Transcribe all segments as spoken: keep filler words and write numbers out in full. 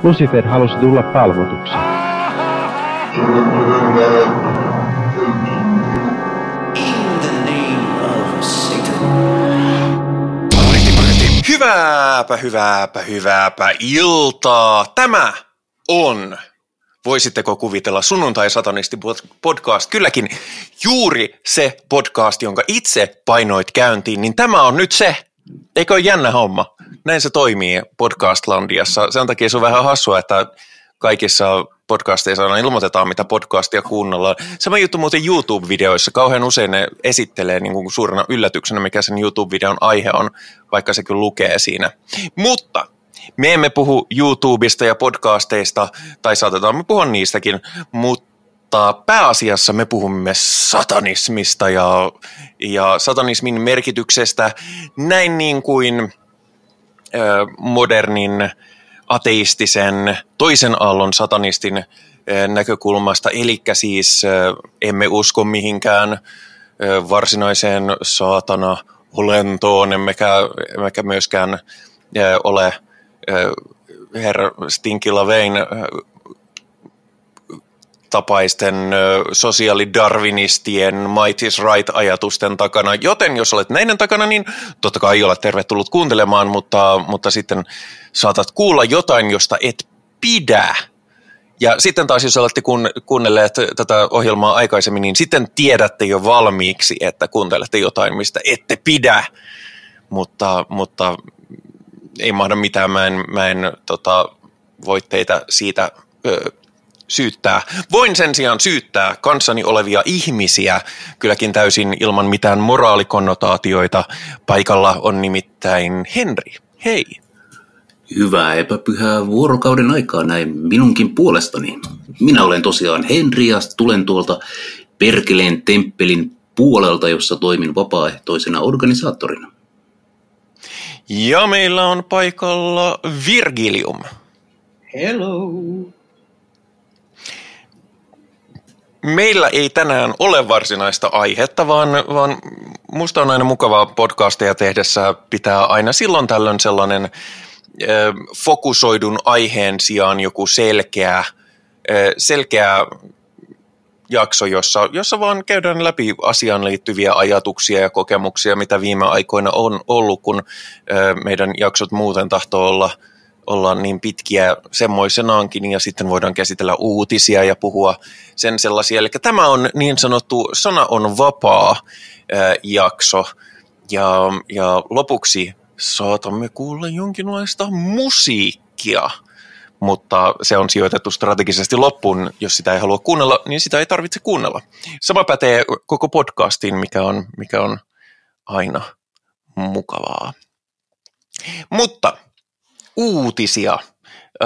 Lucifer halusi tulla palvotuksi. Hyvääpä, hyvääpä, hyvääpä iltaa. Tämä on, voisitteko kuvitella, Sunnuntai-satanisti-podcast. Kylläkin juuri se podcast, jonka itse painoit käyntiin, niin tämä on nyt se. Eikö ole jännä homma? Näin se toimii Podcastlandiassa. Sen takia se on vähän hassua, että kaikissa podcasteissa aina ilmoitetaan, mitä podcastia kuunnellaan. Sama juttu muuten YouTube-videoissa. Kauhean usein ne esittelee niin kuin suurena yllätyksenä, mikä sen YouTube-videon aihe on, vaikka se kyllä lukee siinä. Mutta me emme puhu YouTubesta ja podcasteista, tai saatetaan me puhua niistäkin, mutta pääasiassa me puhumme satanismista ja, ja satanismin merkityksestä näin niin kuin ö, modernin ateistisen toisen aallon satanistin näkökulmasta, eli siis emme usko mihinkään varsinaiseen saatana-olentoon, emmekä, emmekä myöskään ole herra Stinky Lavain tapaisten sosiaalidarwinistien might is right-ajatusten takana, joten jos olet näiden takana, niin totta kai olet tervetullut kuuntelemaan, mutta, mutta sitten saatat kuulla jotain, josta et pidä. Ja sitten taas, jos olette kuunnelleet tätä ohjelmaa aikaisemmin, niin sitten tiedätte jo valmiiksi, että kuuntelette jotain, mistä ette pidä, mutta, mutta ei mahda mitään, mä en, mä en tota, voi teitä siitä ö, syyttää. Voin sen sijaan syyttää kanssani olevia ihmisiä, kylläkin täysin ilman mitään moraalikonnotaatioita. Paikalla on nimittäin Henri. Hei. Hyvää epäpyhää vuorokauden aikaa näin minunkin puolestani. Minä olen tosiaan Henri ja tulen tuolta Perkeleen temppelin puolelta, jossa toimin vapaaehtoisena organisaattorina. Ja meillä on paikalla Virgilium. Hello. Meillä ei tänään ole varsinaista aihetta, vaan, vaan musta on aina mukavaa podcasteja tehdessä pitää aina silloin tällöin sellainen äh, fokusoidun aiheen sijaan joku selkeä, äh, selkeä jakso, jossa, jossa vaan käydään läpi asiaan liittyviä ajatuksia ja kokemuksia, mitä viime aikoina on ollut, kun äh, meidän jaksot muuten tahtoo olla olla niin pitkiä semmoisenaankin, ja sitten voidaan käsitellä uutisia ja puhua sen sellaisia. Eli tämä on niin sanottu sana on vapaa ää, jakso, ja, ja lopuksi saatamme kuulla jonkinlaista musiikkia, mutta se on sijoitettu strategisesti loppuun. Jos sitä ei halua kuunnella, niin sitä ei tarvitse kuunnella. Sama pätee koko podcastiin, mikä on, mikä on aina mukavaa. Mutta uutisia. Öö,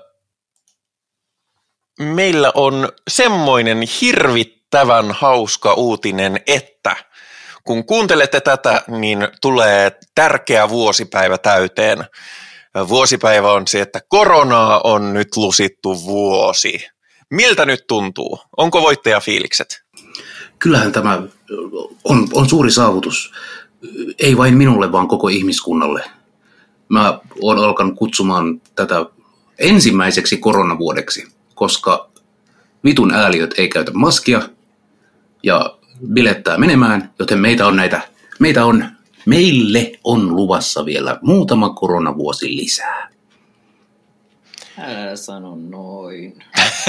meillä on semmoinen hirvittävän hauska uutinen, että kun kuuntelette tätä, niin tulee tärkeä vuosipäivä täyteen. Vuosipäivä on se, että koronaa on nyt lusittu vuosi. Miltä nyt tuntuu? Onko voittajafiilikset? Kyllähän tämä on, on suuri saavutus. Ei vain minulle, vaan koko ihmiskunnalle. Mä oon alkanut kutsumaan tätä ensimmäiseksi koronavuodeksi, koska vitun ääliöt ei käytä maskia ja bilettää menemään, joten meitä on näitä, meitä on, meille on luvassa vielä muutama koronavuosi lisää. Älä sano noin.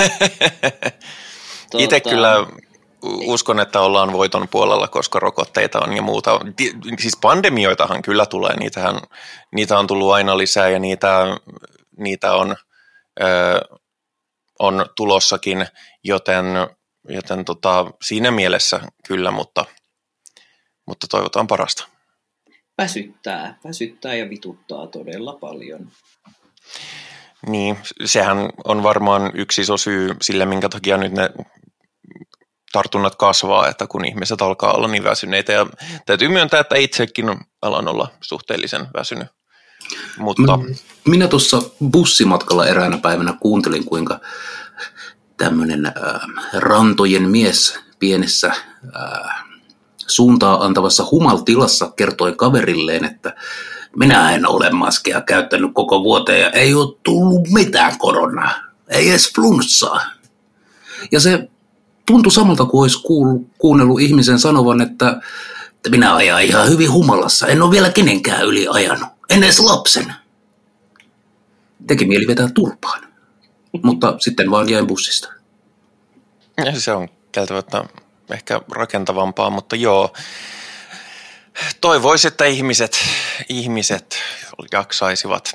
Itse tota... kyllä uskon, että ollaan voiton puolella, koska rokotteita on ja muuta. Siis pandemioitahan kyllä tulee, niitähän, niitä on tullut aina lisää ja niitä, niitä on, ö, on tulossakin, joten, joten tota, siinä mielessä kyllä, mutta, mutta toivotaan parasta. Väsyttää, väsyttää ja vituttaa todella paljon. Niin, sehän on varmaan yksi iso syy sille, minkä takia nyt ne tartunnat kasvaa, että kun ihmiset alkaa olla niin väsyneitä. Ja täytyy myöntää, että itsekin alan olla suhteellisen väsynyt. Mutta... Minä tuossa bussimatkalla eräänä päivänä kuuntelin, kuinka tämmöinen äh, rantojen mies pienessä äh, suuntaa antavassa humaltilassa kertoi kaverilleen, että Minä en ole maskia käyttänyt koko vuoteen ja ei ole tullut mitään koronaa. Ei edes flunssaa. Ja se tuntui samalta kuin olisi kuunnellut ihmisen sanovan, että, että minä ajan ihan hyvin humalassa. En ole vielä kenenkään yli ajanut. En edes lapsen. Teki mieli vetää turpaan. Mutta sitten vaan jäin bussista. Ja se on kieltämättä ehkä rakentavampaa, mutta joo. Toivoisin, että ihmiset, ihmiset jaksaisivat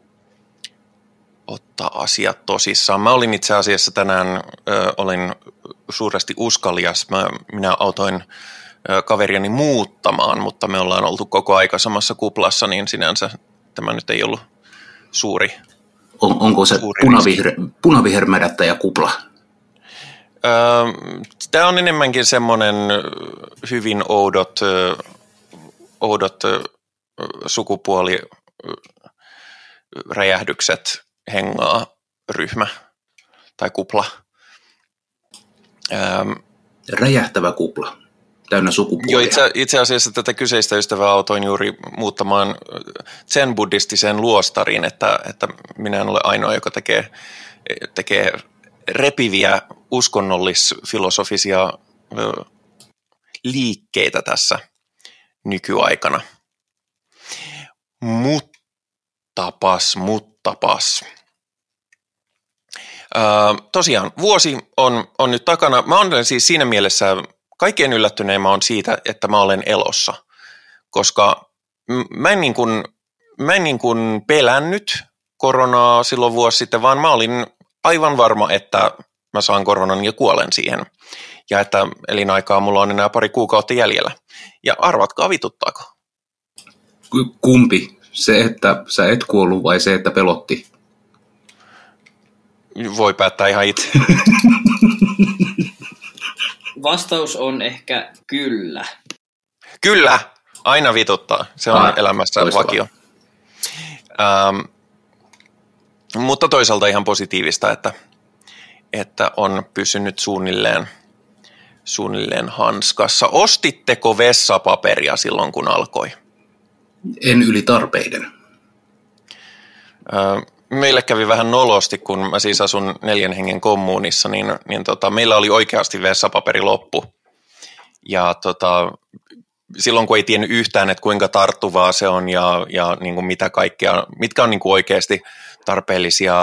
ottaa asiat tosissaan. Mä olin itse asiassa tänään, ö, olin suuresti uskalias. Mä, minä autoin ö, kaveriani muuttamaan, mutta me ollaan oltu koko aika samassa kuplassa, niin sinänsä tämä nyt ei ollut suuri. On, onko se punaviher, punavihermädättäjä kupla? Öö, tämä on enemmänkin semmoinen hyvin oudot, oudot sukupuoliräjähdykset hengaa ryhmä tai kupla. Öö, Räjähtävä kupla, täynnä sukupuolia. Joo, itse, itse asiassa tätä kyseistä ystävää autoin juuri muuttamaan zen-buddhistiseen luostariin, että, että minä en ole ainoa, joka tekee, tekee repiviä uskonnollis-filosofisia liikkeitä tässä nykyaikana. Muttapas, muttapas. Öö, tosiaan, vuosi on, on nyt takana. Mä olen siis siinä mielessä kaikkein yllättyneimmä on siitä, että mä olen elossa, koska mä en, niin kuin, mä en niin kuin pelännyt koronaa silloin vuosi sitten, vaan mä olin aivan varma, että mä saan koronan ja kuolen siihen. Ja että elinaikaa mulla on enää pari kuukautta jäljellä. Ja arvatkaa, vituttaako? Kumpi? Se, että sä et kuollut vai se, että pelotti? Voi päättää ihan itse. Vastaus on ehkä kyllä. Kyllä, aina vituttaa. Se on ah, elämässä loistavaa. vakio. Ähm, mutta toisaalta ihan positiivista, että, että on pysynyt suunnilleen, suunnilleen hanskassa. Ostitteko vessapaperia silloin, kun alkoi? En yli tarpeiden. Äh, meille kävi vähän nolosti, kun mä siis asun neljän hengen kommunissa, niin, niin tota, meillä oli oikeasti vessapaperi loppu. Ja tota, silloin kun ei tiennyt yhtään, että kuinka tarttuvaa se on ja, ja niin kuin mitä kaikkea, mitkä on niin kuin oikeasti tarpeellisia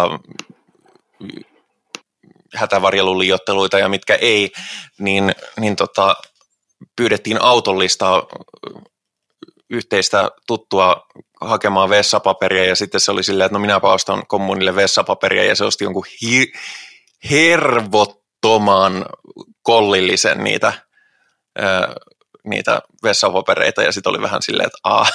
hätävarjeluliioitteluita ja mitkä ei, niin, niin tota, pyydettiin autollista yhteistä tuttua hakemaan vessapaperia ja sitten se oli silleen, että no minäpä ostan kommunille vessapaperia ja se osti jonkun hi- hervottoman kollillisen niitä, ää, niitä vessapapereita ja sitten oli vähän silleen, että aah,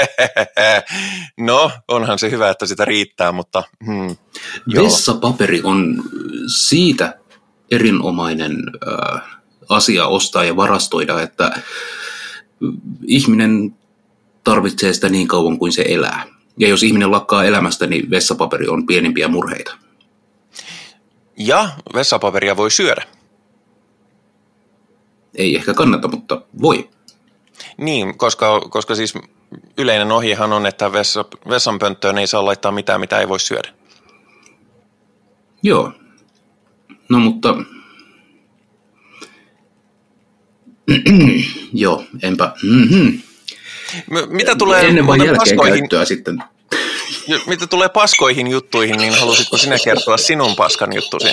no onhan se hyvä, että sitä riittää, mutta hmm, vessapaperi on siitä erinomainen äh, asia ostaa ja varastoida, että ihminen tarvitsee sitä niin kauan kuin se elää. Ja jos ihminen lakkaa elämästä, niin vessapaperi on pienimpiä murheita. Ja vessapaperia voi syödä. Ei ehkä kannata, mutta voi. Niin, koska, koska siis yleinen ohjehan on, että vessa, vessanpönttöön ei saa laittaa mitään, mitä ei voi syödä. Joo. No mutta... Joo, enpä... Mm-hmm. Mitä tulee ennen vai jälkeen paskoihin, käyttöä sitten? Mitä tulee paskoihin juttuihin, niin halusitko sinä kertoa sinun paskan juttusi?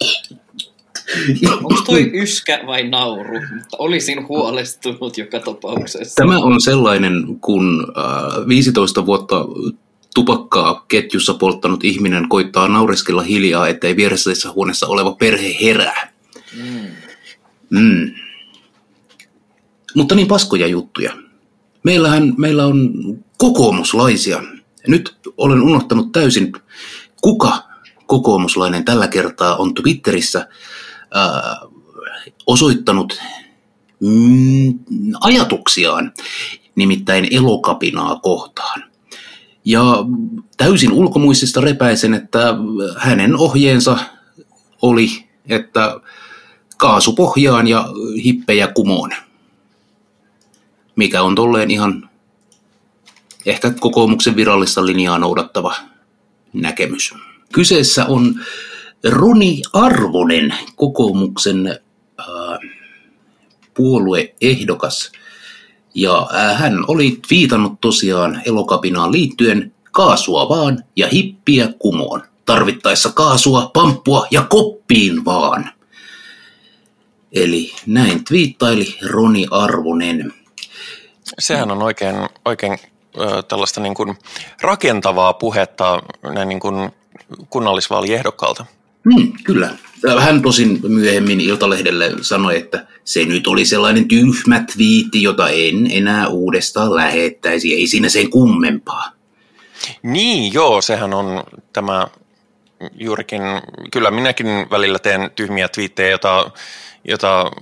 Onko toi yskä vai nauru? Mutta olisin huolestunut joka tapauksessa. Tämä on sellainen, kun äh, viisitoista vuotta tupakkaa ketjussa polttanut ihminen koittaa naureskella hiljaa, ettei vieressä huoneessa oleva perhe herää. Mm. Mm. Mutta niin paskoja juttuja. Meillähän, meillä on kokoomuslaisia. Nyt olen unohtanut täysin, kuka kokoomuslainen tällä kertaa on Twitterissä ää, osoittanut mm, ajatuksiaan, nimittäin Elokapinaa kohtaan. Ja täysin ulkomuistista repäisen, että hänen ohjeensa oli, että kaasu pohjaan ja hippejä kumoon. Mikä on tolleen ihan ehkä kokoomuksen virallista linjaa noudattava näkemys. Kyseessä on Roni Arvonen, kokoomuksen äh, puolueehdokas. Ja äh, hän oli viitannut tosiaan Elokapinaan liittyen kaasua vaan ja hippiä kumoon. Tarvittaessa kaasua, pamppua ja koppiin vaan. Eli näin twiittaili Roni Arvonen. Sehän on oikein, oikein ö, tällaista niin kuin rakentavaa puhetta näin niin kuin kunnallisvaaliehdokkalta. Hmm, kyllä. Hän tosin myöhemmin Iltalehdelle sanoi, että se nyt oli sellainen tyhmä twiitti, jota en enää uudestaan lähettäisi. Ei siinä sen kummempaa. Niin, joo, sehän on tämä juurikin, kyllä minäkin välillä teen tyhmiä twiittejä, jota, jota,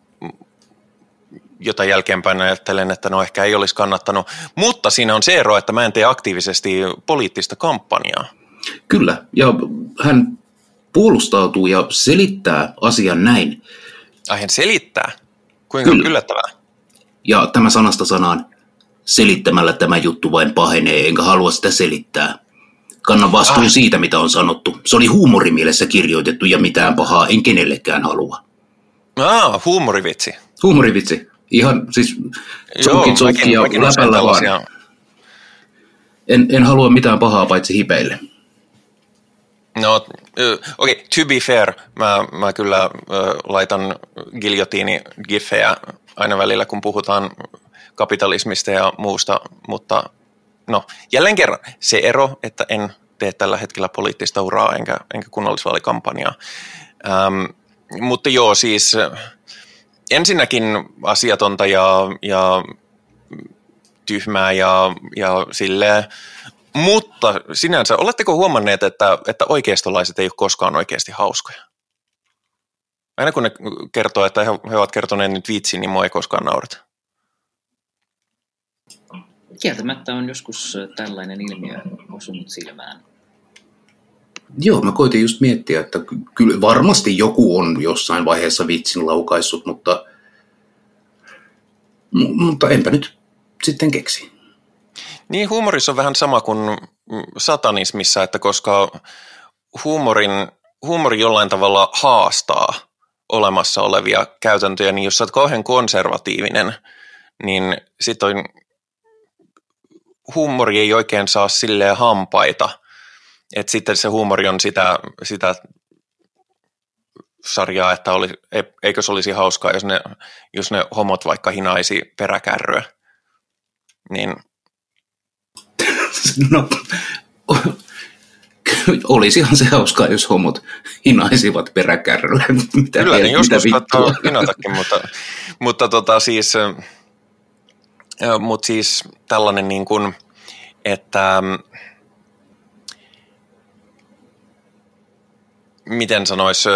jota jälkeenpäin ajattelen, että no ehkä ei olisi kannattanut, mutta siinä on se ero, että mä en tee aktiivisesti poliittista kampanjaa. Kyllä, ja hän puolustautuu ja selittää asian näin. Ai hän selittää? Kuinka Kyllä. Yllättävää. Ja tämä sanasta sanaan, selittämällä tämä juttu vain pahenee, enkä halua sitä selittää. Kannan vastuun ah. siitä, mitä on sanottu. Se oli huumorimielessä kirjoitettu ja mitään pahaa en kenellekään halua. Ah, huumorivitsi. Huumorivitsi. Ihan siis tsonki tsonki ja läpällä vaan. En, en halua mitään pahaa paitsi hipeille. No, okei, okay, to be fair, mä, mä kyllä äh, laitan giljotiini-giffejä aina välillä, kun puhutaan kapitalismista ja muusta, mutta no, jälleen kerran se ero, että en tee tällä hetkellä poliittista uraa enkä, enkä kunnallisvaalikampanjaa. Ähm, mutta joo, siis ensinnäkin asiatonta ja, ja tyhmää ja, ja silleen, mutta sinänsä, oletteko huomanneet, että, että oikeistolaiset ei ole koskaan oikeasti hauskoja? Aina kun ne kertoo, että he, he ovat kertoneet nyt vitsin, niin mua ei koskaan naurata. Kieltämättä on joskus tällainen ilmiö osunut silmään. Joo, mä koitin just miettiä, että kyllä varmasti joku on jossain vaiheessa vitsin laukaissut, mutta, mutta enpä nyt sitten keksi. Niin, huumorissa on vähän sama kuin satanismissa, että koska huumorin, huumori jollain tavalla haastaa olemassa olevia käytäntöjä, niin jos sä oot kauhean konservatiivinen, niin sitten huumori ei oikein saa silleen hampaita, että sitten se huumori on sitä, sitä sarjaa, että oli, eikö se olisi hauskaa, jos ne, jos ne homot vaikka hinaisi peräkärryä, niin no, olisihan se hauskaa, jos homot hinaisivat peräkärryä. Mitä kyllä, niin joskus katsoo hinatakin, mutta, mutta tota siis, mutta siis tällainen niin kuin, että miten sanoisi,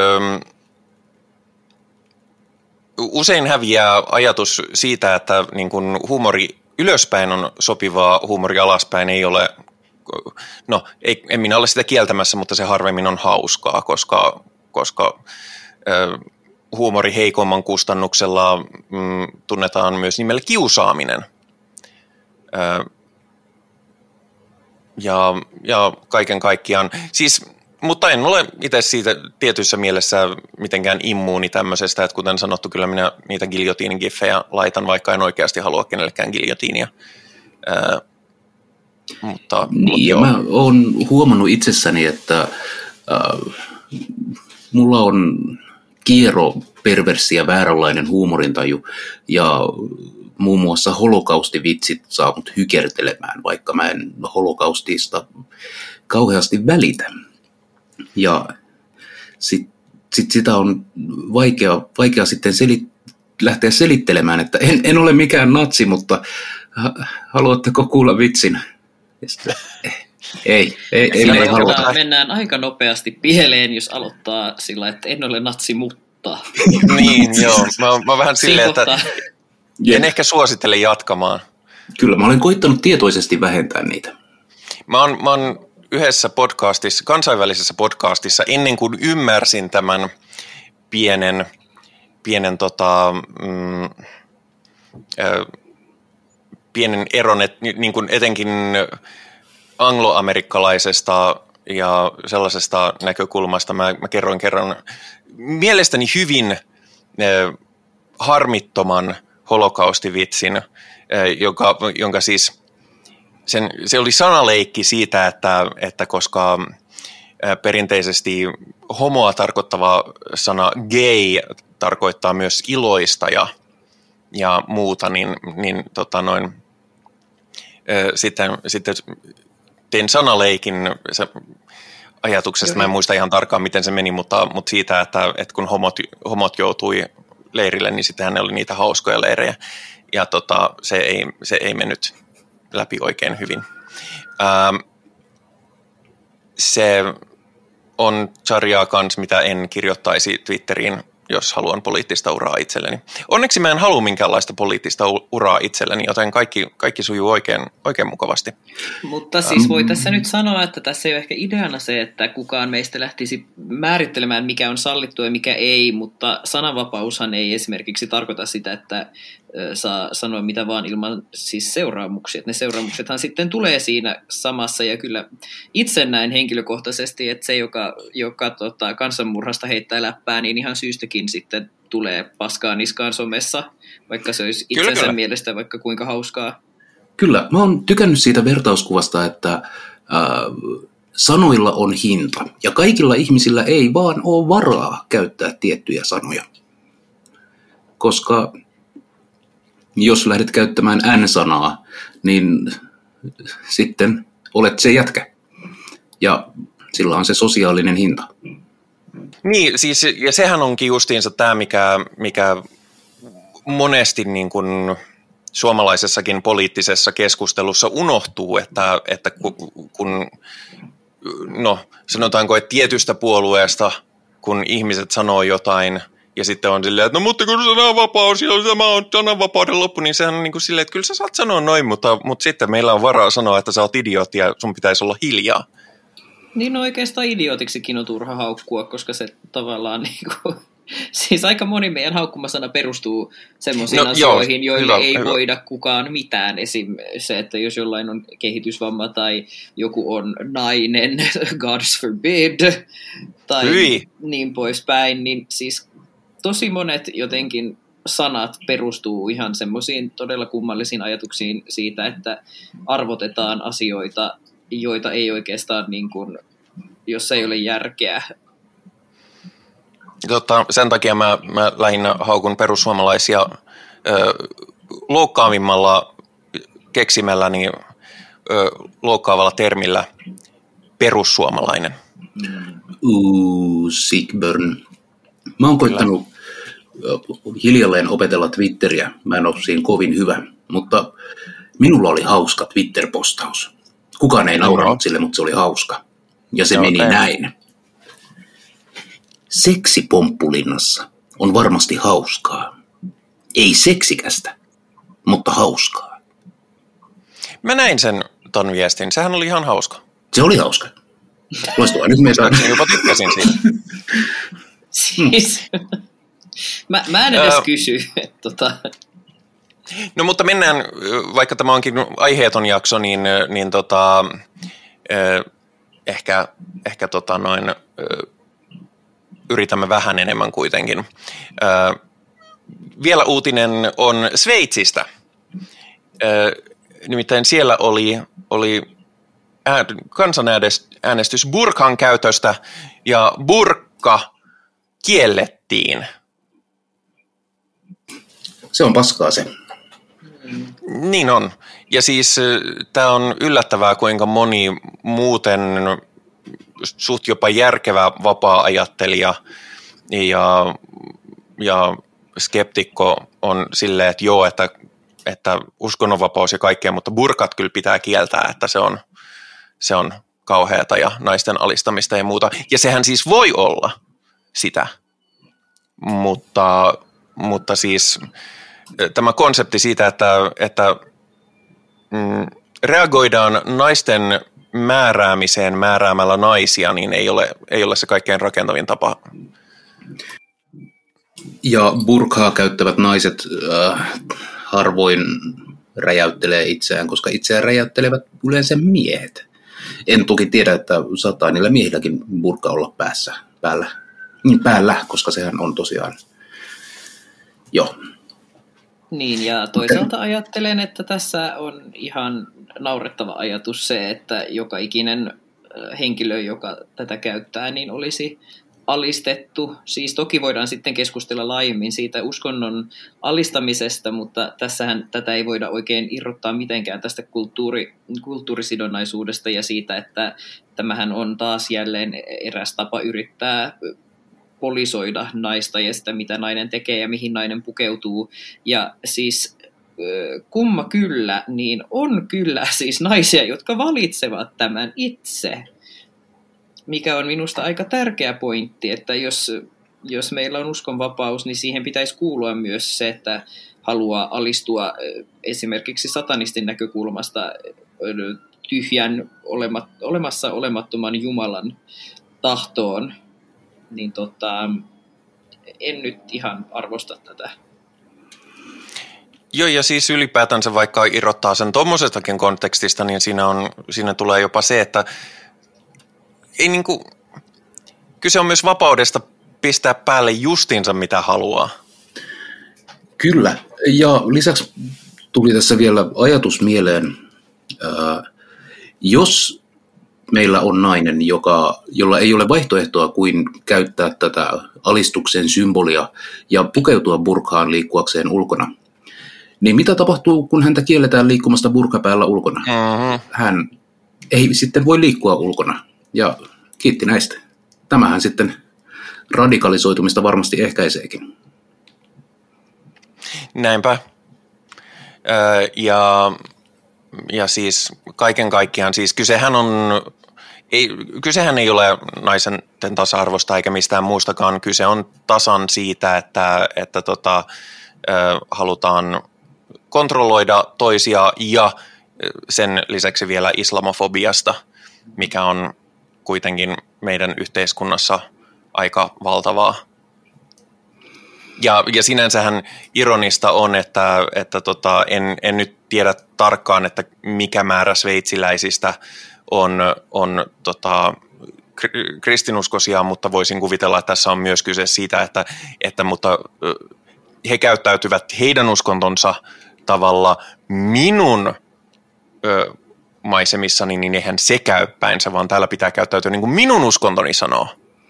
usein häviää ajatus siitä, että niin kuin huumori ylöspäin on sopivaa, huumori alaspäin ei ole, no ei, en minä ole sitä kieltämässä, mutta se harvemmin on hauskaa, koska, koska äh, huumori heikomman kustannuksella mm, tunnetaan myös nimellä kiusaaminen. Äh, ja, ja kaiken kaikkiaan, siis, mutta en ole itse siitä tietyssä mielessä mitenkään immuuni tämmöisestä, että kuten sanottu, kyllä minä niitä giljotiinin giffejä laitan, vaikka en oikeasti halua kenellekään giljotiinia. Ää, mutta, niin, mutta ja mä oon huomannut itsessäni, että äh, mulla on kiero, perversi ja vääränlainen huumorintaju, ja muun muassa holokaustivitsit saa mut hykertelemään, vaikka mä en holokaustista kauheasti välitä. Ja sit, sit sitä on vaikea, vaikea sitten selit, lähteä selittelemään, että en, en ole mikään natsi, mutta haluatteko kuulla vitsin? Sitten, ei, ei, ei me ei haluta. Mennään aika nopeasti pieleen, jos aloittaa sillä, että en ole natsi, mutta. Niin, joo. Mä, mä oon vähän silleen, että en ehkä suosittele jatkamaan. Kyllä, mä olen koittanut tietoisesti vähentää niitä. Mä oon, mä oon yhdessä podcastissa, kansainvälisessä podcastissa, ennen kuin ymmärsin tämän pienen, pienen tota, mm, äh, pienen eron, että niin kuin etenkin angloamerikkalaisesta ja sellaisesta näkökulmasta mä, mä kerroin kerran mielestäni hyvin eh, harmittoman holokaustivitsin, eh, joka, jonka siis sen, se oli sanaleikki siitä, että, että koska eh, perinteisesti homoa tarkoittava sana gay tarkoittaa myös iloista ja, ja muuta, niin, niin tota noin, eh, sitten, sitten tein sanaleikin se, ajatuksesta, mä en muista ihan tarkkaan, miten se meni, mutta, mutta siitä, että, että kun homot, homot joutui leirille, niin sittenhän ne oli niitä hauskoja leirejä, ja tota, se, ei, se ei mennyt läpi oikein hyvin. Ähm, se on sarjaa kans, mitä en kirjoittaisi Twitteriin, jos haluan poliittista uraa itselleni. Onneksi mä en halua minkäänlaista poliittista uraa itselleni, joten kaikki, kaikki sujuu oikein, oikein mukavasti. Mutta siis voi tässä nyt sanoa, että tässä ei ole ehkä ideana se, että kukaan meistä lähtisi määrittelemään, mikä on sallittua ja mikä ei, mutta sananvapaushan ei esimerkiksi tarkoita sitä, että saa sanoa mitä vaan ilman siis seuraamuksia. Että ne seuraamuksethan sitten tulee siinä samassa, ja kyllä itse näen henkilökohtaisesti, että se, joka, joka tota, kansanmurhasta heittää läppää, niin ihan syystäkin sitten tulee paskaa niskaan somessa, vaikka se olisi itsensä kyllä, mielestä vaikka kuinka hauskaa. Kyllä, mä oon tykännyt siitä vertauskuvasta, että äh, sanoilla on hinta, ja kaikilla ihmisillä ei vaan ole varaa käyttää tiettyjä sanoja. Koska jos lähdet käyttämään N-sanaa, niin sitten olet se jätkä. Ja sillä on se sosiaalinen hinta. Niin, siis, ja sehän onkin justiinsa tämä, mikä, mikä monesti niin kuin suomalaisessakin poliittisessa keskustelussa unohtuu, että, että kun, no sanotaanko, että tietystä puolueesta, kun ihmiset sanoo jotain, ja sitten on silleen, että no mutta kun sananvapaus ja tämä on sananvapauden loppu, niin sehän on niin kuin silleen, että kyllä sä saat sanoa noin, mutta, mutta sitten meillä on varaa sanoa, että sä oot idiootti ja sun pitäisi olla hiljaa. Niin no oikeastaan idiootiksikin on turha haukkua, koska se tavallaan niin kuin, siis aika moni meidän haukkumasana perustuu semmoisiin no, asioihin, joo, joille hyvä, ei hyvä. voida kukaan mitään. Esim. Se, että jos jollain on kehitysvamma tai joku on nainen, God's forbid, tai Hyi. niin poispäin, niin siis tosi monet jotenkin sanat perustuu ihan semmoisiin todella kummallisiin ajatuksiin siitä, että arvotetaan asioita, joita ei oikeastaan, niin kuin, jos ei ole järkeä. Totta, sen takia mä, mä lähinnä haukun perussuomalaisia ö, loukkaavimmalla keksimälläni ö, loukkaavalla termillä perussuomalainen. Uuu, sick burn. Mä oon koittanut hiljalleen opetella Twitteriä. Mä en ole siinä kovin hyvä, mutta minulla oli hauska Twitter-postaus. Kukaan ei nauranut sille, mutta se oli hauska. Ja se Joo, meni tein. näin. Seksi Pomppulinnassa on varmasti hauskaa. Ei seksikästä, mutta hauskaa. Mä näin sen ton viestin. Sehän oli ihan hauska. Se oli hauska. Loistavaa. Nyt me saamme. Jopa tykkäsin siitä. Siis, mä, mä en edes kysy. Tota. No mutta mennään, vaikka tämä onkin aiheeton jakso, niin, niin tota, ehkä, ehkä tota noin, yritämme vähän enemmän kuitenkin. Vielä uutinen on Sveitsistä. Nimittäin siellä oli, oli kansanäänestys burkan käytöstä, ja burka kiellettiin. Se on paskaa se. Niin on. Ja siis tämä on yllättävää, kuinka moni muuten suht jopa järkevä vapaa-ajattelija ja, ja skeptikko on silleen, että joo, että, että uskonnonvapaus ja kaikkea, mutta burkat kyllä pitää kieltää, että se on, se on kauheata ja naisten alistamista ja muuta. Ja sehän siis voi olla sitä, mutta, mutta siis tämä konsepti siitä, että, että mm, reagoidaan naisten määräämiseen määräämällä naisia, niin ei ole, ei ole se kaikkein rakentavin tapa. Ja burkaa käyttävät naiset äh, harvoin räjäyttelee itseään, koska itseään räjäyttelevät yleensä miehet. En toki tiedä, että saattaa niillä miehilläkin burka olla päässä, päällä, niin päällä, koska sehän on tosiaan, joo. Niin, ja toisaalta ajattelen, että tässä on ihan naurettava ajatus se, että joka ikinen henkilö, joka tätä käyttää, niin olisi alistettu. Siis toki voidaan sitten keskustella laajemmin siitä uskonnon alistamisesta, mutta tässähän tätä ei voida oikein irrottaa mitenkään tästä kulttuuri, kulttuurisidonnaisuudesta ja siitä, että tämähän on taas jälleen eräs tapa yrittää polisoida naista ja sitä, mitä nainen tekee ja mihin nainen pukeutuu. Ja siis kumma kyllä, niin on kyllä siis naisia, jotka valitsevat tämän itse. Mikä on minusta aika tärkeä pointti, että jos, jos meillä on uskonvapaus, niin siihen pitäisi kuulua myös se, että haluaa alistua esimerkiksi satanistin näkökulmasta tyhjän olemat, olemassa olemattoman Jumalan tahtoon. Niin tota, en nyt ihan arvosta tätä. Joo, ja siis ylipäätänsä vaikka irrottaa sen tuommoisestakin kontekstista, niin siinä, on, siinä tulee jopa se, että ei niinku, kyse on myös vapaudesta pistää päälle justiinsa mitä haluaa. Kyllä, ja lisäksi tuli tässä vielä ajatus mieleen, ää, jos meillä on nainen, joka, jolla ei ole vaihtoehtoa kuin käyttää tätä alistuksen symbolia ja pukeutua burkaan liikkuakseen ulkona, niin mitä tapahtuu, kun häntä kielletään liikkumasta burka päällä ulkona? Mm-hmm. Hän ei sitten voi liikkua ulkona. Ja kiitti näistä. Tämähän sitten radikalisoitumista varmasti ehkäiseekin. Näinpä. Öö, ja, ja siis kaiken kaikkiaan, siis kysehän on, ei, kysehän ei ole naisen tasa-arvosta eikä mistään muustakaan. Kyse on tasan siitä, että, että tota, ö, halutaan kontrolloida toisia ja sen lisäksi vielä islamofobiasta, mikä on kuitenkin meidän yhteiskunnassa aika valtavaa. Ja, ja sinänsähän ironista on, että, että tota, en, en nyt tiedä tarkkaan, että mikä määrä sveitsiläisistä on, on tota, kristinuskoisia, mutta voisin kuvitella, että tässä on myös kyse siitä, että, että mutta he käyttäytyvät heidän uskontonsa tavalla minun ö, maisemissani, niin eihän se käy päinsä, vaan täällä pitää käyttäytyä niin kuin minun uskontoni sanoo.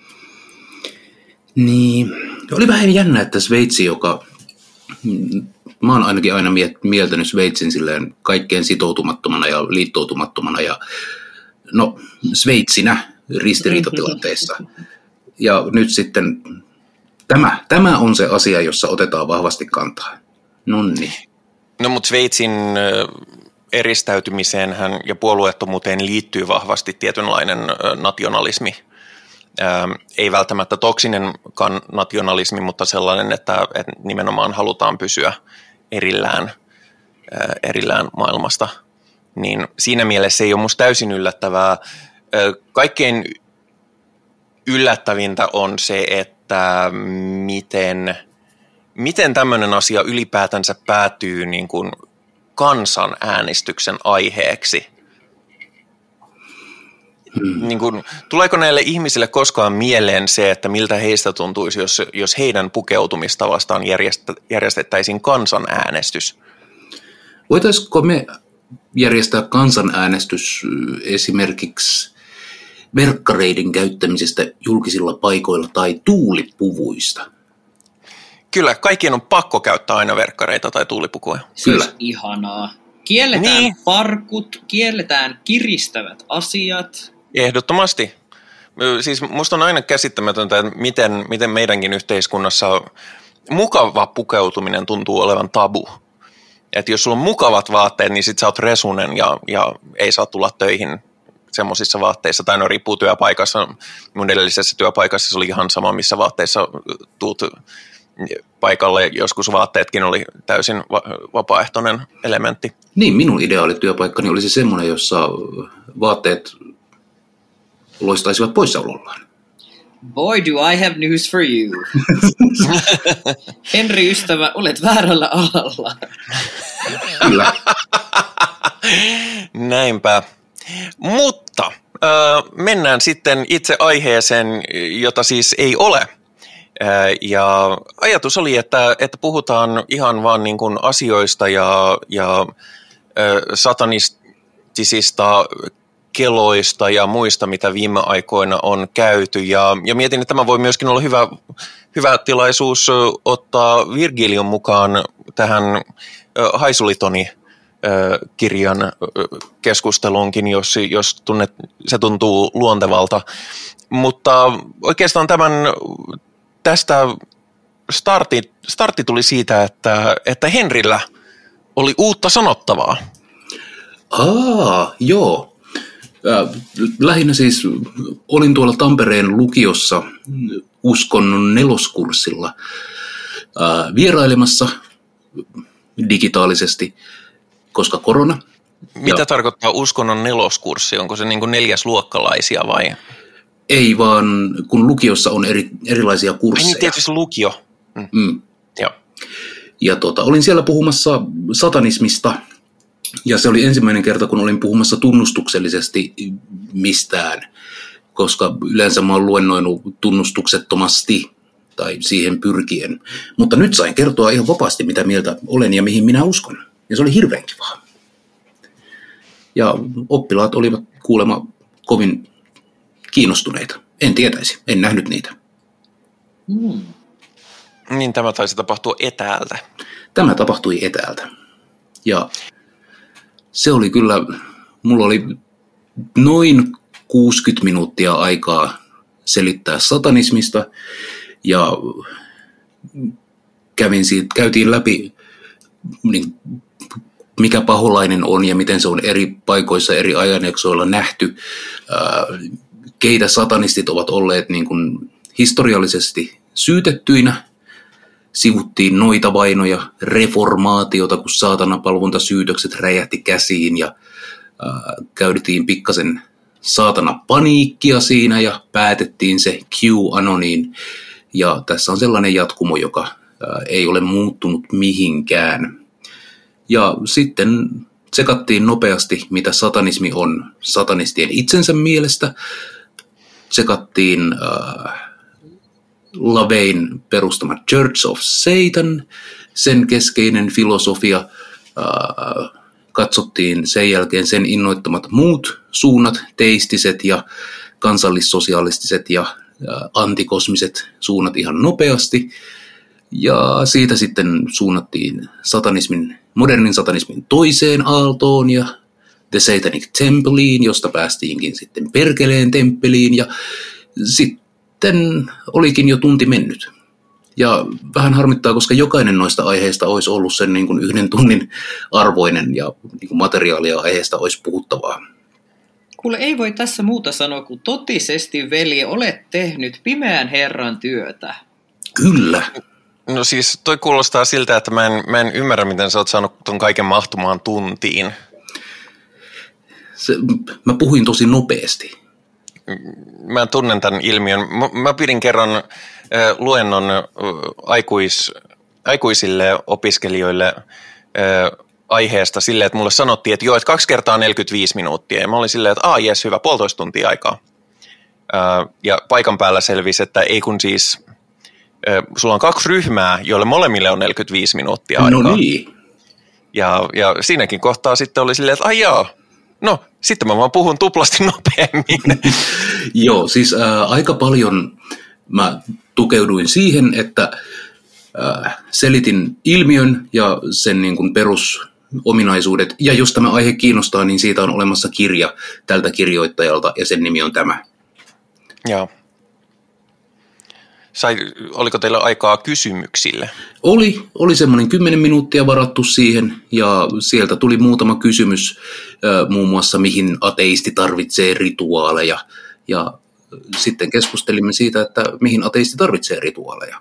Niin, oli vähän jännä, että Sveitsi, joka, mä oon ainakin aina mieltänyt Sveitsin silleen kaikkeen sitoutumattomana ja liittoutumattomana ja no Sveitsinä ristiriitatilanteessa. Ja nyt sitten tämä, tämä on se asia, jossa otetaan vahvasti kantaa. Nonni. No mutta Sveitsin eristäytymiseen ja puolueettomuuteen liittyy vahvasti tietynlainen nationalismi. Ei välttämättä toksinenkaan nationalismi, mutta sellainen, että nimenomaan halutaan pysyä erillään, erillään maailmasta. Niin siinä mielessä ei ole musta täysin yllättävää. Kaikkein yllättävintä on se, että miten, miten tämmöinen asia ylipäätänsä päätyy niin kuin kansanäänestyksen aiheeksi. Hmm. Niin kuin, tuleeko näille ihmisille koskaan mieleen se, että miltä heistä tuntuisi, jos, jos heidän pukeutumista vastaan järjestettäisiin kansanäänestys? Voitaisiko me järjestää kansanäänestys esimerkiksi verkkareiden käyttämisestä julkisilla paikoilla tai tuulipuvuista? Kyllä, kaikkien on pakko käyttää aina verkkareita tai tuulipukuja. Kyllä. Siis ihanaa. Kielletään niin. Farkut, kielletään kiristävät asiat. Ehdottomasti. Siis musta on aina käsittämätöntä, että miten, miten meidänkin yhteiskunnassa mukava pukeutuminen tuntuu olevan tabu. Että jos sulla on mukavat vaatteet, niin sit sä oot resunen ja, ja ei saa tulla töihin semmoisissa vaatteissa. Tai no riippuu työpaikassa. Mun edellisessä työpaikassa se oli ihan sama, missä vaatteissa tuut paikalle. Joskus vaatteetkin oli täysin vapaaehtoinen elementti. Niin, minun ideaalityöpaikkani olisi semmoinen, jossa vaatteet loistaisivat poissaolollaan. Boy, do I have news for you. Henri, ystävä, olet väärällä alalla. Kyllä. Näinpä. Mutta äh, mennään sitten itse aiheeseen, jota siis ei ole. Äh, ja ajatus oli, että, että puhutaan ihan vaan niin kuin asioista ja, ja äh, satanistisista keloista ja muista, mitä viime aikoina on käyty. Ja, ja mietin, että tämä voi myöskin olla hyvä, hyvä tilaisuus ottaa Virgilion mukaan tähän äh, Haisulitoni kirjan keskusteluunkin, jos, jos tunnet, se tuntuu luontevalta. Mutta oikeastaan tämän, tästä starti, starti tuli siitä, että, että Henrillä oli uutta sanottavaa. Aa, joo. Lähinnä siis olin tuolla Tampereen lukiossa uskonnon neloskurssilla vierailemassa digitaalisesti, koska korona. Mitä ja tarkoittaa uskonnon neloskurssi? Onko se niin kuin neljäsluokkalaisia vai? Ei, vaan kun lukiossa on eri, erilaisia kursseja. Ai niin, tietysti lukio. Mm. Mm. Joo. Ja tota, olin siellä puhumassa satanismista, ja se oli ensimmäinen kerta, kun olin puhumassa tunnustuksellisesti mistään, koska yleensä mä oon luennoinut tunnustuksettomasti tai siihen pyrkien. Mutta nyt sain kertoa ihan vapaasti, mitä mieltä olen ja mihin minä uskon. Ja se oli hirveän kivaa. Ja oppilaat olivat kuulemma kovin kiinnostuneita. En tietäisi, en nähnyt niitä. Mm. Niin tämä taisi tapahtua etäältä. Tämä tapahtui etäältä. Ja se oli kyllä, mulla oli noin kuusikymmentä minuuttia aikaa selittää satanismista. Ja kävin siitä, käytiin läpi, niin, mikä paholainen on ja miten se on eri paikoissa, eri ajanjaksoilla nähty. Ää, keitä satanistit ovat olleet niin kuin historiallisesti syytettyinä. Sivuttiin noita vainoja, reformaatiota, kun saatanapalvontasyytökset räjähti käsiin ja ää, käytiin pikkasen saatana paniikkia siinä ja päätettiin se QAnoniin. Ja tässä on sellainen jatkumo, joka ää, ei ole muuttunut mihinkään. Ja sitten tsekattiin nopeasti, mitä satanismi on satanistien itsensä mielestä. Tsekattiin Äh, LaVeyn perustama Church of Satan, sen keskeinen filosofia. Äh, katsottiin sen jälkeen sen innoittamat muut suunnat, teistiset ja kansallissosialistiset ja äh, antikosmiset suunnat ihan nopeasti. Ja siitä sitten suunnattiin satanismin, modernin satanismin toiseen aaltoon ja The Satanic Templeen, josta päästiinkin sitten Perkeleen temppeliin ja sitten olikin jo tunti mennyt. Ja vähän harmittaa, koska jokainen noista aiheista olisi ollut sen niin kuin yhden tunnin arvoinen ja niin kuin materiaalia aiheesta olisi puhuttavaa. Kuule, ei voi tässä muuta sanoa kuin totisesti, veli, olet tehnyt pimeän herran työtä. Kyllä. No siis toi kuulostaa siltä, että mä en, mä en ymmärrä, miten sä oot saanut ton kaiken mahtumaan tuntiin. Se, mä puhuin tosi nopeasti. Mä tunnen tämän ilmiön. Mä, mä pidin kerran äh, luennon äh, aikuis, aikuisille opiskelijoille äh, aiheesta silleen, että mulle sanottiin, että joo, että kaksi kertaa neljäkymmentäviisi minuuttia. Ja mä olin silleen, että aah jes, hyvä, puolitoista tuntia aikaa. Äh, ja paikan päällä selvisi, että ei kun siis... Sulla on kaksi ryhmää, joille molemmille on neljäkymmentäviisi minuuttia aikaa. No niin. Ja, ja siinäkin kohtaa sitten oli silleen, että ai jaa, no sitten mä vaan puhun tuplasti nopeammin. Joo, siis äh, aika paljon mä tukeuduin siihen, että äh, selitin ilmiön ja sen niin kuin perusominaisuudet. Ja jos tämä aihe kiinnostaa, niin siitä on olemassa kirja tältä kirjoittajalta ja sen nimi on tämä. Joo. Sai, oliko teillä aikaa kysymyksille? Oli, oli semmoinen kymmenen minuuttia varattu siihen ja sieltä tuli muutama kysymys, muun muassa mihin ateisti tarvitsee rituaaleja ja sitten keskustelimme siitä, että mihin ateisti tarvitsee rituaaleja.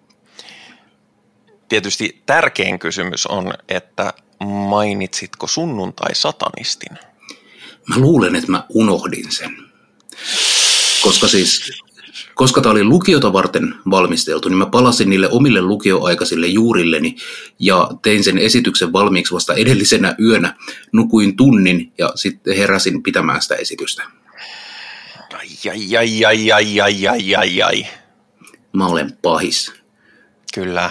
Tietysti tärkein kysymys on, että mainitsitko sunnuntai-satanistin? Mä luulen, että mä unohdin sen, koska siis... koska tämä oli lukiota varten valmisteltu, niin mä palasin niille omille lukioaikaisille juurilleni ja tein sen esityksen valmiiksi vasta edellisenä yönä. Nukuin tunnin ja sitten heräsin pitämään sitä esitystä. Ai, ai, ai, ai, ai, ai, ai, ai. Mä olen pahis. Kyllä.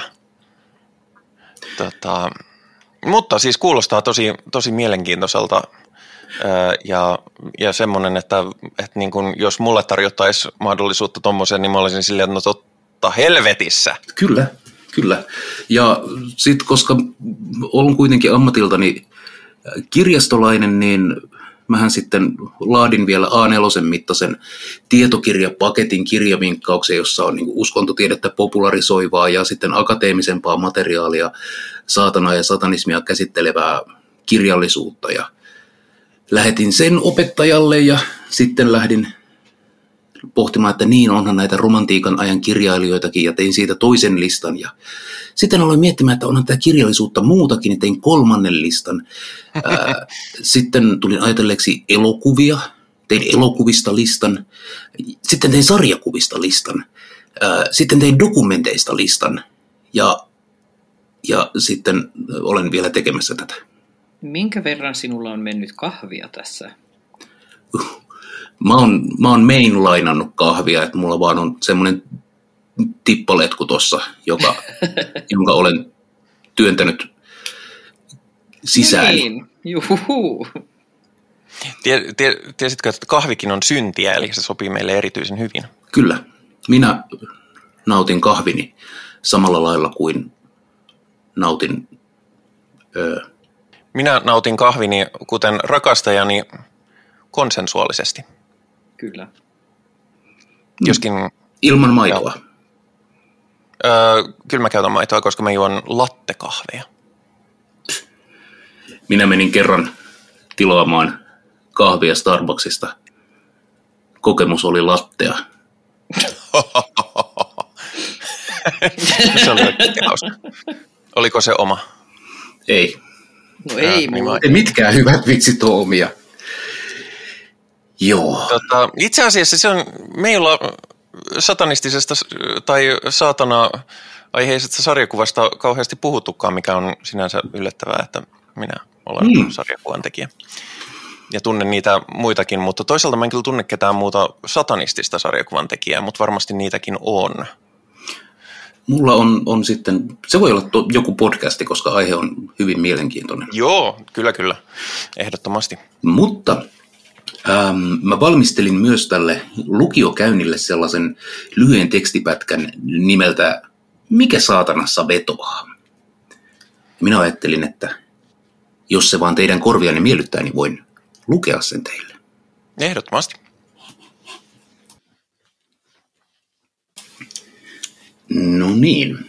Tota, mutta siis kuulostaa tosi, tosi mielenkiintoiselta ja, ja semmoinen, että, että niin kun, jos mulle tarjottaisiin mahdollisuutta tommoseen, niin mä olisin silleen, että no totta helvetissä. Kyllä, kyllä. Ja sitten koska olen kuitenkin ammatiltani kirjastolainen, niin mähän sitten laadin vielä A neljä mittaisen tietokirjapaketin kirjavinkkauksen, jossa on niin kuin uskontotiedettä popularisoivaa ja sitten akateemisempaa materiaalia, saatanaa ja satanismia käsittelevää kirjallisuutta. Ja lähetin sen opettajalle ja sitten lähdin pohtimaan, että niin onhan näitä romantiikan ajan kirjailijoitakin ja tein siitä toisen listan. Ja sitten aloin miettimään, että onhan tätä kirjallisuutta muutakin, niin tein kolmannen listan. Ää, sitten tulin ajatelleeksi elokuvia, tein elokuvista listan. Sitten tein sarjakuvista listan. Ää, sitten tein dokumenteista listan. Ja, ja sitten olen vielä tekemässä tätä. Minkä verran sinulla on mennyt kahvia tässä? Uh. Mä oon, mä oon mainlainannut kahvia, että mulla vaan on semmoinen tippaletku tossa, joka, jonka olen työntänyt sisään. Niin, juhu. Tie, tie, tiesitkö, että kahvikin on syntiä, eli se sopii meille erityisen hyvin? Kyllä. Minä nautin kahvini samalla lailla kuin nautin... Öö, Minä nautin kahvini, kuten rakastajani, konsensuaalisesti. Kyllä. Joskin... Ilman maitoa. Öö, kyllä mä käytän maitoa, koska mä juon lattekahveja. Minä menin kerran tilaamaan kahvia Starbucksista. Kokemus oli lattea. Se oli oikein hauska. Oliko se oma? Ei. No ei niin muuta. Mitkään hyvät vitsit on omia. Joo. Tota, itse asiassa se on meillä satanistisesta tai saatana-aiheisesta sarjakuvasta kauheasti puhuttukaan, mikä on sinänsä yllättävää, että minä olen mm. sarjakuvan tekijä. Ja tunnen niitä muitakin, mutta toisaalta mä en kyllä tunne ketään muuta satanistista sarjakuvan tekijää, mutta varmasti niitäkin on. Mulla on, on sitten, se voi olla to, joku podcasti, koska aihe on hyvin mielenkiintoinen. Joo, kyllä, kyllä. Ehdottomasti. Mutta ähm, mä valmistelin myös tälle lukiokäynnille sellaisen lyhyen tekstipätkän nimeltä Mikä saatanassa vetoaa? Minä ajattelin, että jos se vaan teidän korvianne miellyttää, niin voin lukea sen teille. Ehdottomasti. No niin.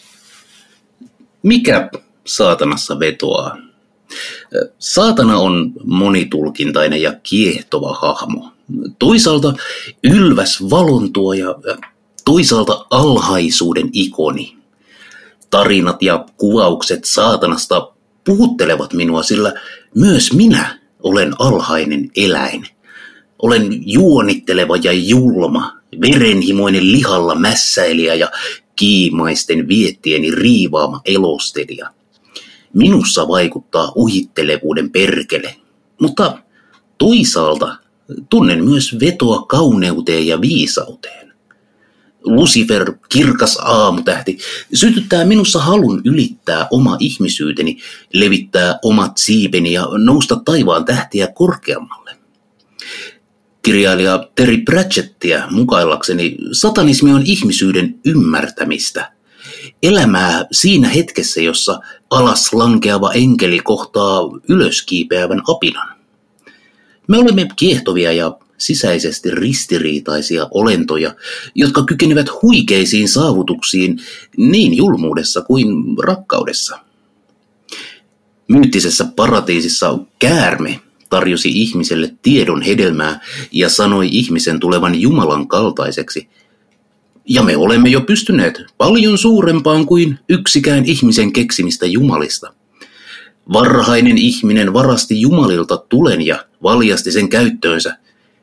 Mikä saatanassa vetoaa? Saatana on monitulkintainen ja kiehtova hahmo. Toisaalta ylväs valontuoja ja toisaalta alhaisuuden ikoni. Tarinat ja kuvaukset saatanasta puhuttelevat minua, sillä myös minä olen alhainen eläin. Olen juonitteleva ja julma, verenhimoinen lihalla mässäilijä ja kiimaisten viettieni riivaama elostelija. Minussa vaikuttaa uhittelevuuden perkele, mutta toisaalta tunnen myös vetoa kauneuteen ja viisauteen. Lucifer, kirkas aamutähti, sytyttää minussa halun ylittää oma ihmisyyteni, levittää omat siipeni ja nousta taivaan tähtiä korkeammalle. Kirjailija Terry Pratchettia mukaillakseni satanismi on ihmisyyden ymmärtämistä. Elämää siinä hetkessä, jossa alas lankeava enkeli kohtaa ylöskiipeävän apinan. Me olemme kiehtovia ja sisäisesti ristiriitaisia olentoja, jotka kykenevät huikeisiin saavutuksiin niin julmuudessa kuin rakkaudessa. Myyttisessä paratiisissa käärme tarjosi ihmiselle tiedon hedelmää ja sanoi ihmisen tulevan Jumalan kaltaiseksi. Ja me olemme jo pystyneet paljon suurempaan kuin yksikään ihmisen keksimistä jumalista. Varhainen ihminen varasti jumalilta tulen ja valjasti sen käyttöönsä.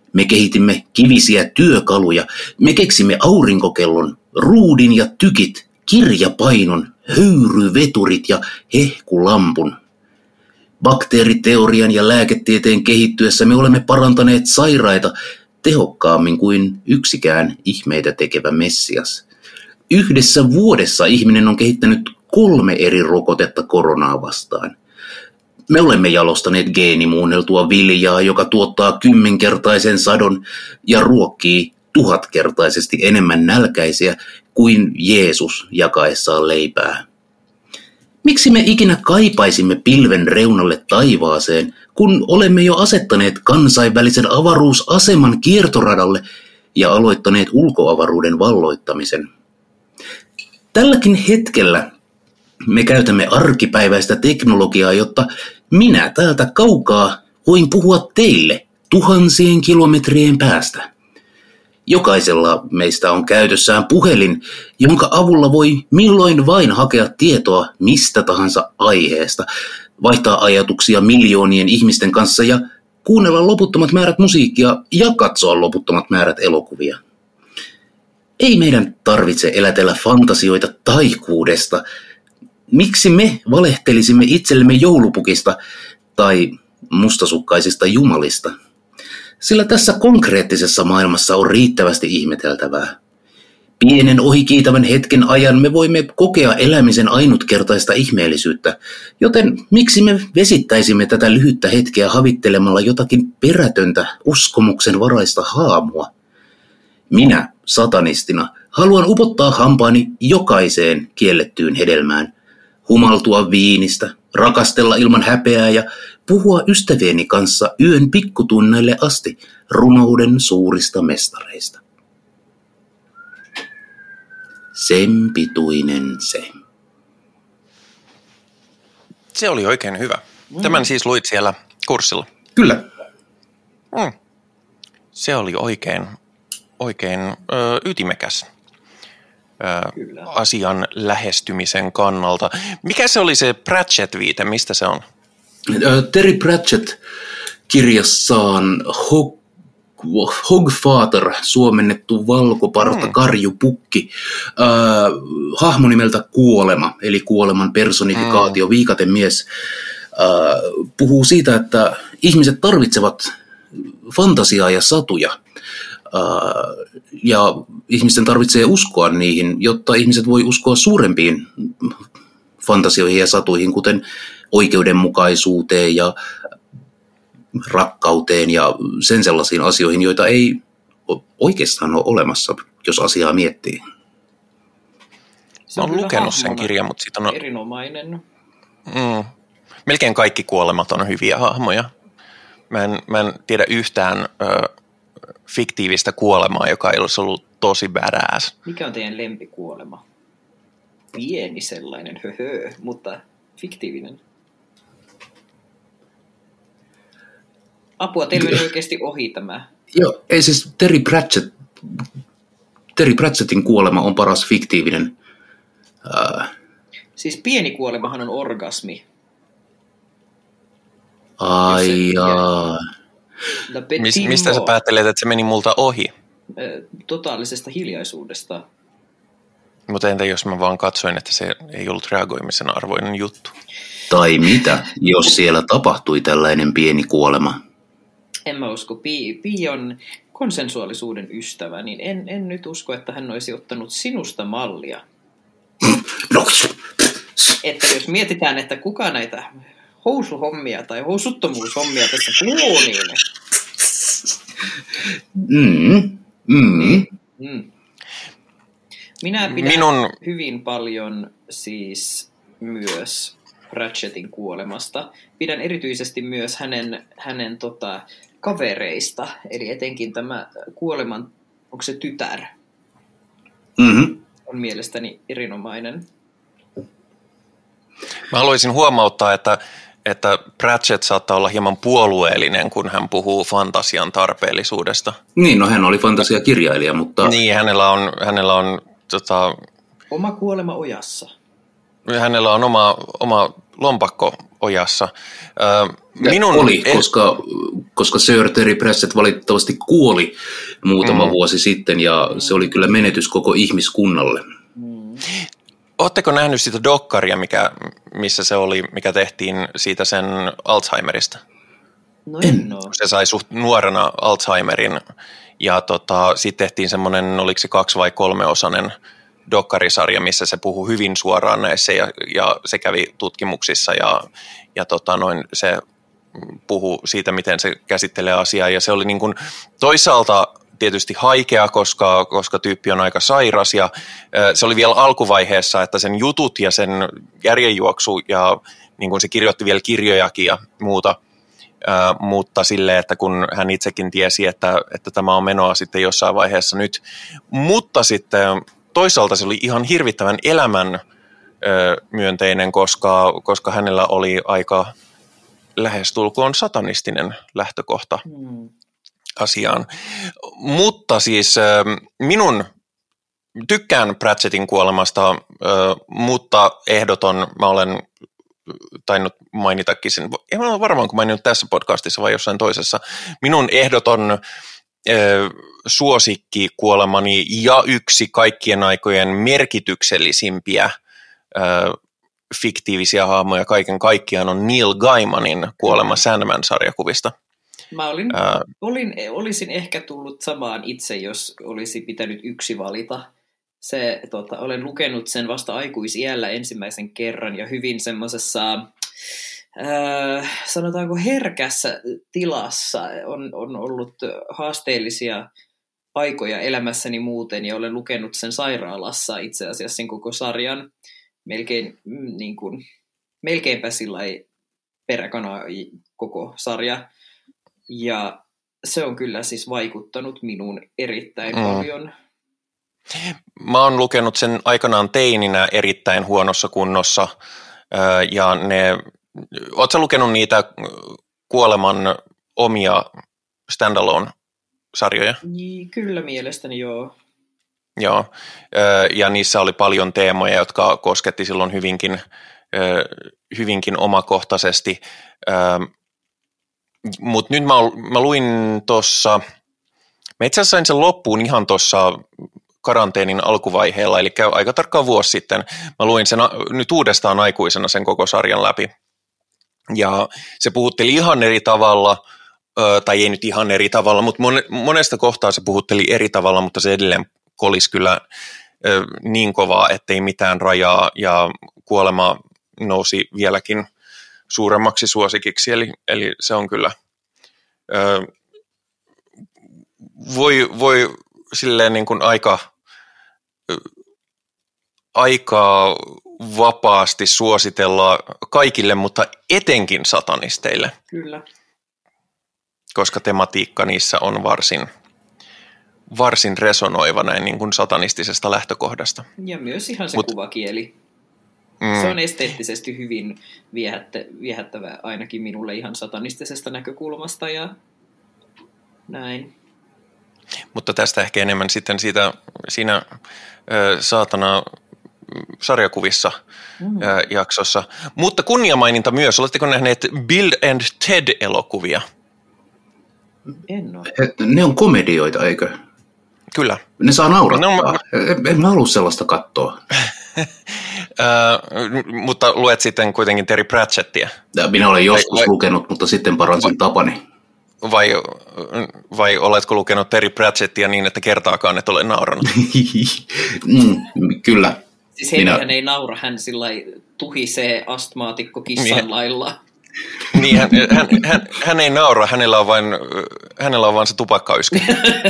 Me kehitimme kivisiä työkaluja. Me keksimme aurinkokellon, ruudin ja tykit, kirjapainon, höyryveturit ja hehkulampun. Bakteeriteorian ja lääketieteen kehittyessä me olemme parantaneet sairaita tehokkaammin kuin yksikään ihmeitä tekevä Messias. Yhdessä vuodessa ihminen on kehittänyt kolme eri rokotetta koronaa vastaan. Me olemme jalostaneet geenimuunneltua viljaa, joka tuottaa kymmenkertaisen sadon ja ruokkii tuhatkertaisesti enemmän nälkäisiä kuin Jeesus jakaessaan leipää. Miksi me ikinä kaipaisimme pilven reunalle taivaaseen, kun olemme jo asettaneet kansainvälisen avaruusaseman kiertoradalle ja aloittaneet ulkoavaruuden valloittamisen? Tälläkin hetkellä me käytämme arkipäiväistä teknologiaa, jotta minä täältä kaukaa voin puhua teille tuhansien kilometrien päästä. Jokaisella meistä on käytössään puhelin, jonka avulla voi milloin vain hakea tietoa mistä tahansa aiheesta, vaihtaa ajatuksia miljoonien ihmisten kanssa ja kuunnella loputtomat määrät musiikkia ja katsoa loputtomat määrät elokuvia. Ei meidän tarvitse elätellä fantasioita taikuudesta. Miksi me valehtelisimme itsellemme joulupukista tai mustasukkaisista jumalista? Sillä tässä konkreettisessa maailmassa on riittävästi ihmeteltävää. Pienen ohikiitävän hetken ajan me voimme kokea elämisen ainutkertaista ihmeellisyyttä, joten miksi me vesittäisimme tätä lyhyttä hetkeä havittelemalla jotakin perätöntä uskomuksen varaista haamua? Minä, satanistina, haluan upottaa hampaani jokaiseen kiellettyyn hedelmään, humaltua viinistä, rakastella ilman häpeää ja puhua ystävieni kanssa yön pikkutunneille asti runouden suurista mestareista. Sen pituinen se. Se oli oikein hyvä. Tämän siis luit siellä kurssilla. Kyllä. Mm. Se oli oikein, oikein ö, ytimekäs ö, asian lähestymisen kannalta. Mikä se oli se Pratchett-viite? Mistä se on? Terry Pratchett kirjassaan Hog, Hogfather, suomennettu valkoparta mm. karjupukki, äh, hahmo nimeltä Kuolema, eli kuoleman personifikaatio, mm. viikatemies, äh, puhuu siitä, että ihmiset tarvitsevat fantasiaa ja satuja, äh, ja ihmisten tarvitsee uskoa niihin, jotta ihmiset voi uskoa suurempiin fantasioihin ja satuihin, kuten oikeudenmukaisuuteen ja rakkauteen ja sen sellaisiin asioihin, joita ei oikeastaan ole olemassa, jos asiaa miettii. Mä oon lukenut sen kirjan, mutta siitä on... erinomainen. Mm, melkein kaikki kuolemat on hyviä hahmoja. Mä en, mä en tiedä yhtään ö, fiktiivistä kuolemaa, joka ei olisi ollut tosi badass. Mikä on teidän lempikuolema? Pieni sellainen, höhö, mutta fiktiivinen. Apua, teillä oli oikeasti ohi tämä. Joo, ei siis Terry Pratchett, Terry Pratchettin kuolema on paras fiktiivinen. Äh. Siis pieni kuolemahan on orgasmi. Ai jaa. Mis, mistä sä päättelet, että se meni multa ohi? Totaalisesta hiljaisuudesta. Mutta entä jos mä vaan katsoin, että se ei ollut reagoimisen arvoinen juttu? Tai mitä, jos siellä tapahtui tällainen pieni kuolema? En mä usko. Pi, Pi on konsensuaalisuuden ystävä, niin en, en nyt usko, että hän olisi ottanut sinusta mallia. No. Että jos mietitään, että kuka näitä housuhommia tai housuttomuushommia tässä puhuu, niin... Mm, mm. Mm. Minä pidän Minun... hyvin paljon siis myös Pratchettin kuolemasta. Pidän erityisesti myös hänen, hänen tota, kavereista, eli etenkin tämä kuoleman, onko se tytär, mm-hmm. on mielestäni erinomainen. Mä haluaisin huomauttaa, että, että Pratchett saattaa olla hieman puolueellinen, kun hän puhuu fantasian tarpeellisuudesta. Niin, no hän oli fantasiakirjailija, mutta... Niin, hänellä on... Hänellä on tota, oma kuolema ojassa. Hänellä on oma, oma lompakko ojassa. Minun oli, eh... koska, koska Sir Terry Pratchett valitettavasti kuoli muutama mm. vuosi sitten, ja se oli kyllä menetys koko ihmiskunnalle. Mm. Oletteko nähnyt sitä dokkaria, mikä, missä se oli, mikä tehtiin siitä sen Alzheimerista? No en ole. Se sai suht nuorena Alzheimerin, ja tota, sitten tehtiin semmoinen, oliko se kaksi- vai kolmeosainen dokkarisarja, missä se puhui hyvin suoraan näissä, ja, ja se kävi tutkimuksissa, ja, ja tota, noin se puhui siitä, miten se käsittelee asiaa, ja se oli niin kuin toisaalta tietysti haikea, koska, koska tyyppi on aika sairas, ja se oli vielä alkuvaiheessa, että sen jutut ja sen järjenjuoksu, ja niin kuin se kirjoitti vielä kirjojakin ja muuta, ää, mutta silleen, että kun hän itsekin tiesi, että, että tämä on menoa sitten jossain vaiheessa nyt, mutta sitten toisaalta se oli ihan hirvittävän elämän ö, myönteinen, koska, koska hänellä oli aika lähestulkoon satanistinen lähtökohta mm. asiaan. Mutta siis ö, minun tykkään Pratchettin kuolemasta, ö, mutta ehdoton, mä olen tainnut mainitakin sen, en ole varmaan kun maininnut tässä podcastissa vai jossain toisessa, minun ehdoton suosikki kuolemani ja yksi kaikkien aikojen merkityksellisimpiä ö, fiktiivisiä hahmoja kaiken kaikkiaan on Neil Gaimanin kuolema Sandman-sarjakuvista. Mä olin, Ää, olin, olisin ehkä tullut samaan itse, jos olisi pitänyt yksi valita. Se, tota, olen lukenut sen vasta aikuisiällä ensimmäisen kerran ja hyvin semmoisessa Öö, sanotaanko herkässä tilassa. On, on ollut haasteellisia aikoja elämässäni muuten ja olen lukenut sen sairaalassa itse asiassa sen koko sarjan melkein, niin kuin, melkeinpä sillai peräkanaa koko sarja ja se on kyllä siis vaikuttanut minuun erittäin mm. paljon. Mä oon lukenut sen aikanaan teininä erittäin huonossa kunnossa ja ne ootko sä lukenut niitä kuoleman omia standalone-sarjoja? Kyllä mielestäni joo. Joo, ja niissä oli paljon teemoja, jotka kosketti silloin hyvinkin, hyvinkin omakohtaisesti. Mutta nyt mä, mä luin tuossa, mä itse asiassa sain sen loppuun ihan tuossa karanteenin alkuvaiheella, eli aika tarkkaan vuosi sitten. Mä luin sen nyt uudestaan aikuisena sen koko sarjan läpi. Ja se puhutteli ihan eri tavalla, tai ei nyt ihan eri tavalla, mutta monesta kohtaa se puhutteli eri tavalla, mutta se edelleen kolisi kyllä niin kovaa, ettei mitään rajaa, ja kuolema nousi vieläkin suuremmaksi suosikiksi, eli, eli se on kyllä, voi, voi silleen niin kuin aika, aika vapaasti suositella kaikille, mutta etenkin satanisteille. Kyllä. Koska tematiikka niissä on varsin, varsin resonoiva näin niin kuin satanistisesta lähtökohdasta. Ja myös ihan se Mut, kuvakieli. Mm. Se on esteettisesti hyvin viehättä, viehättävä ainakin minulle ihan satanistisesta näkökulmasta ja näin. Mutta tästä ehkä enemmän sitten siitä, siinä ö, saatana sarjakuvissa mm. ö, jaksossa. Mutta kunniamaininta myös. Oletteko nähneet Bill and Ted-elokuvia? En ole. Ne on komedioita, eikö? Kyllä. Ne saa naurattaa. No, en, en mä halua sellaista katsoa. Uh, mutta luet sitten kuitenkin Terry Pratchettia. Minä olen joskus vai, lukenut, mutta sitten paransin vai, tapani. Vai, vai oletko lukenut Terry Pratchettia niin, että kertaakaan et ole nauranut? mm, kyllä. Siis Minä... hän ei naura, hän sillai tuhisee astmaatikko kissan niin, lailla. Niin, hän, hän, hän, hän ei naura, hänellä on vain, hänellä on vain se tupakkaysky.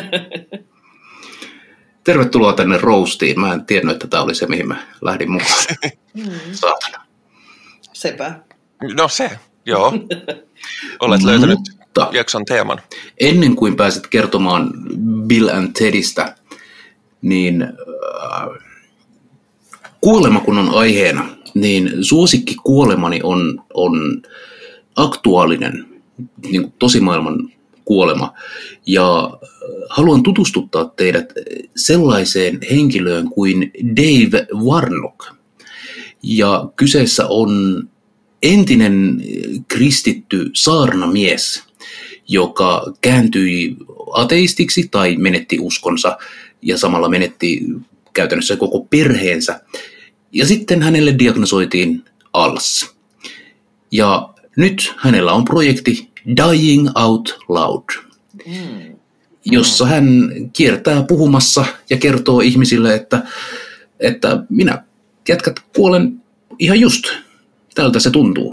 Tervetuloa tänne roastiin. Mä en tiennyt, että tämä oli se, mihin mä lähdin mukaan. Saatana. Sepä. No se, joo. Olet löytänyt Mutta jakson teeman. Ennen kuin pääset kertomaan Bill and Tedistä, niin äh, kuolema kun on aiheena, niin suosikki kuolemani on, on aktuaalinen, niin kuin tosimaailman kuolema. Ja haluan tutustuttaa teidät sellaiseen henkilöön kuin Dave Warnock. Ja kyseessä on entinen kristitty saarnamies, joka kääntyi ateistiksi tai menetti uskonsa ja samalla menetti käytännössä koko perheensä. Ja sitten hänelle diagnosoitiin A L S. Ja nyt hänellä on projekti Dying Out Loud, mm. jossa hän kiertää puhumassa ja kertoo ihmisille, että, että minä jätkät kuolen ihan just. Tältä se tuntuu.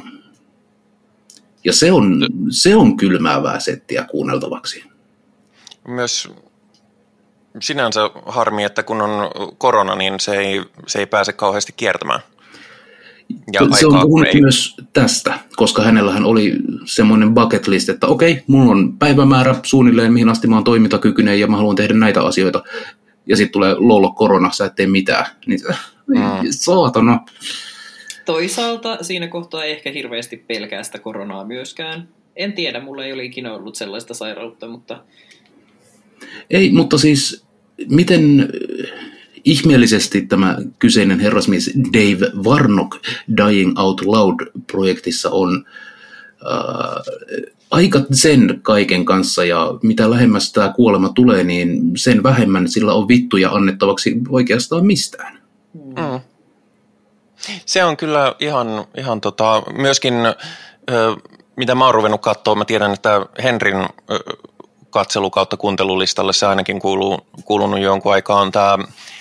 Ja se on, se on kylmäävää settiä kuunneltavaksi. Myös sinänsä harmi, että kun on korona, niin se ei, se ei pääse kauheasti kiertämään. Ja se on puhunut ei... myös tästä, koska hänellähän oli semmoinen bucket list, että okei, mulla on päivämäärä suunnilleen, mihin asti mä oon toimintakykyinen ja mä haluan tehdä näitä asioita. Ja sitten tulee lolo korona, sä et tee mitään. Niin mm. saatana. Toisaalta siinä kohtaa ei ehkä hirveästi pelkää sitä koronaa myöskään. En tiedä, mulla ei ole ikinä ollut sellaista sairautta, mutta... Ei, mutta siis miten ihmeellisesti tämä kyseinen herrasmies Dave Warnock Dying Out Loud-projektissa on äh, aika sen kaiken kanssa, ja mitä lähemmäs tämä kuolema tulee, niin sen vähemmän sillä on vittuja annettavaksi oikeastaan mistään. Mm. Se on kyllä ihan, ihan tota, myöskin, ö, mitä mä oon ruvennut katsoa, mä tiedän, että Henrin ö, katselu kautta kuuntelulistalle se ainakin kuuluu, kuulunut jonkun aikaa on tämä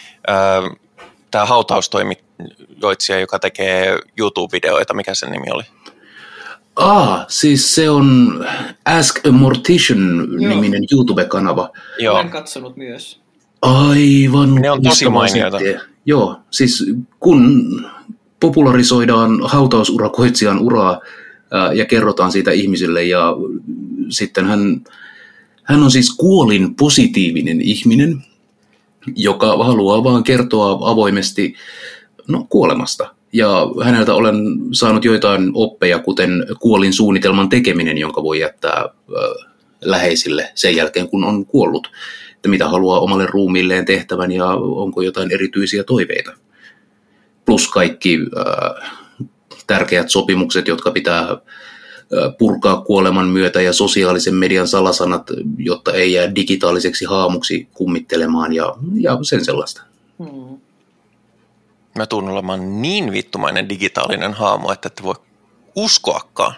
tää hautaustoimijoitsija, joka tekee YouTube-videoita, mikä sen nimi oli? Ah, siis se on Ask a Mortician-niminen YouTube-kanava. Joo. Olen katsonut myös. Aivan. Ne on tosi mainioita. Joo, siis kun popularisoidaan hautausurakoitsijan uraa ää, ja kerrotaan siitä ihmisille ja sitten hän, hän on siis kuolin positiivinen ihminen, joka haluaa vaan kertoa avoimesti no, kuolemasta. Ja häneltä olen saanut joitain oppeja, kuten kuolin suunnitelman tekeminen, jonka voi jättää ää, läheisille sen jälkeen, kun on kuollut. Että mitä haluaa omalle ruumiilleen tehtävän ja onko jotain erityisiä toiveita. Plus kaikki äh, tärkeät sopimukset, jotka pitää äh, purkaa kuoleman myötä ja sosiaalisen median salasanat, jotta ei jää digitaaliseksi haamuksi kummittelemaan ja, ja sen sellaista. Hmm. Mä tuun olemaan niin vittumainen digitaalinen haamu, että ette voi uskoakaan.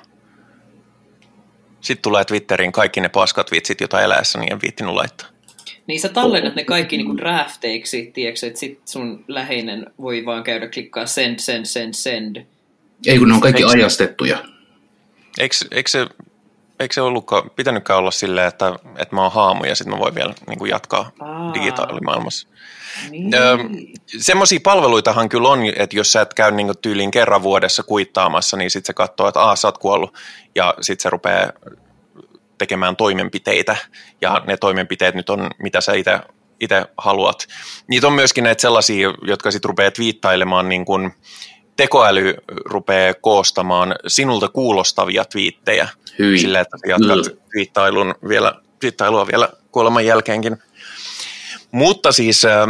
Sitten tulee Twitteriin kaikki ne paskat vitsit, joita eläessäni en viittinyt laittaa. Niin sä tallennat ne kaikki niinku drafteiksi, tiedätkö, että sit sun läheinen voi vaan käydä klikkaa send, send, send, send. Ei kun ne on kaikki eikö, ajastettuja. Eikö, eikö, se, eikö se ollutkaan, pitänytkään olla silleen, että, että mä oon haamu ja sitten mä voin vielä niin kuin jatkaa Aa, digitaalimaailmassa. Niin. Öö, semmoisia palveluitahan kyllä on, että jos sä et käy niin kuin tyyliin kerran vuodessa kuittaamassa, niin sit se katsoo, että aah, sä oot kuollut ja sit se rupeaa tekemään toimenpiteitä, ja ne toimenpiteet nyt on, mitä sä itse haluat. Niitä on myöskin näitä sellaisia, jotka sitten rupeaa twiittailemaan, niin kun tekoäly rupeaa koostamaan sinulta kuulostavia twiittejä, Hyi. Sillä että jatkat twiittailun vielä, twiittailua vielä kuoleman jälkeenkin. Mutta siis äh,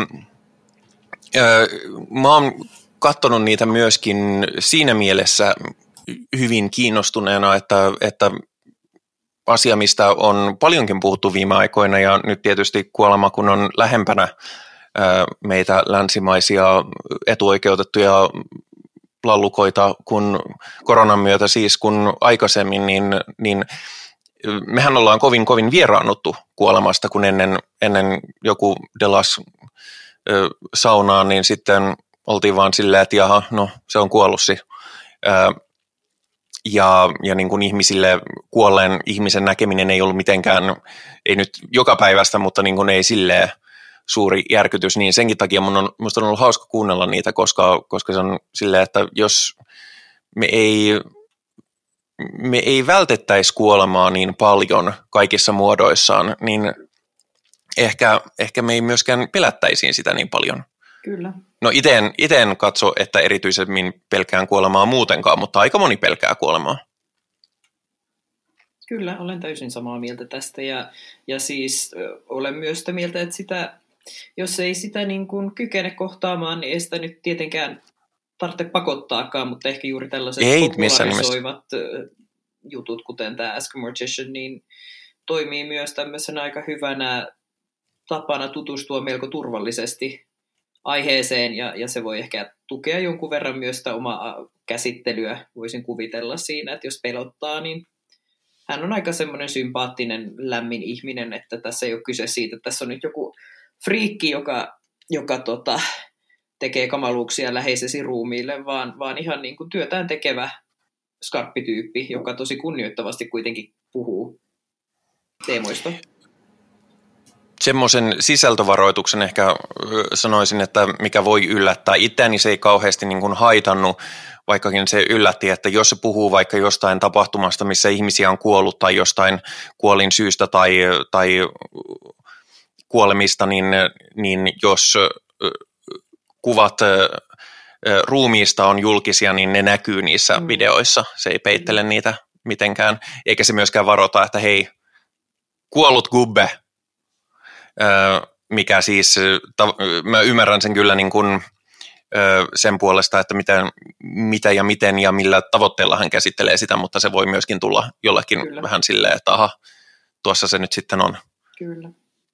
äh, mä oon katsonut niitä myöskin siinä mielessä hyvin kiinnostuneena, että, että asia, mistä on paljonkin puhuttu viime aikoina ja nyt tietysti kuolema, kun on lähempänä meitä länsimaisia etuoikeutettuja lallukoita kuin koronan myötä siis kun aikaisemmin, niin, niin mehän ollaan kovin kovin vieraannuttu kuolemasta, kun ennen, ennen joku delas saunaan, niin sitten oltiin vaan silleen, että jaha, no se on kuollutsi. Ja, ja niin kuin ihmisille kuolleen ihmisen näkeminen ei ollut mitenkään, ei nyt joka päivästä, mutta niin kuin ei silleen suuri järkytys, niin senkin takia mun on, musta on ollut hauska kuunnella niitä, koska, koska se on silleen, että jos me ei, me ei vältettäisi kuolemaa niin paljon kaikissa muodoissaan, niin ehkä, ehkä me ei myöskään pelättäisiin sitä niin paljon. Kyllä. No ite en, ite en katso, että erityisemmin pelkään kuolemaa muutenkaan, mutta aika moni pelkää kuolemaa. Kyllä, olen täysin samaa mieltä tästä ja, ja siis ö, olen myös sitä mieltä, että sitä, jos ei sitä niin kuin kykene kohtaamaan, niin ei sitä nyt tietenkään tarvitse pakottaakaan, mutta ehkä juuri tällaiset Ei, popularisoivat jutut, kuten tämä Ask a Mortician, niin toimii myös tämmöisenä aika hyvänä tapana tutustua melko turvallisesti aiheeseen, ja, ja se voi ehkä tukea jonkun verran myös sitä omaa käsittelyä, voisin kuvitella siinä, että jos pelottaa, niin hän on aika semmoinen sympaattinen, lämmin ihminen, että tässä ei ole kyse siitä, että tässä on nyt joku friikki, joka, joka tota, tekee kamaluuksia läheisesi ruumiille, vaan, vaan ihan niin kuin työtään tekevä skarppityyppi, joka tosi kunnioittavasti kuitenkin puhuu teemoista. Semmoisen sisältövaroituksen ehkä sanoisin, että mikä voi yllättää. Itseäni se ei kauheasti niin kuin haitannut, vaikkakin se yllätti, että jos se puhuu vaikka jostain tapahtumasta, missä ihmisiä on kuollut tai jostain kuolin syystä tai, tai kuolemista, niin, niin jos kuvat ruumiista on julkisia, niin ne näkyy niissä mm. videoissa. Se ei peittele niitä mitenkään, eikä se myöskään varota, että hei, kuollut gubbe, mikä siis, mä ymmärrän sen kyllä niin kuin sen puolesta, että mitä, mitä ja miten ja millä tavoitteella hän käsittelee sitä, mutta se voi myöskin tulla jollekin kyllä. vähän silleen, että aha, tuossa se nyt sitten on. Kyllä.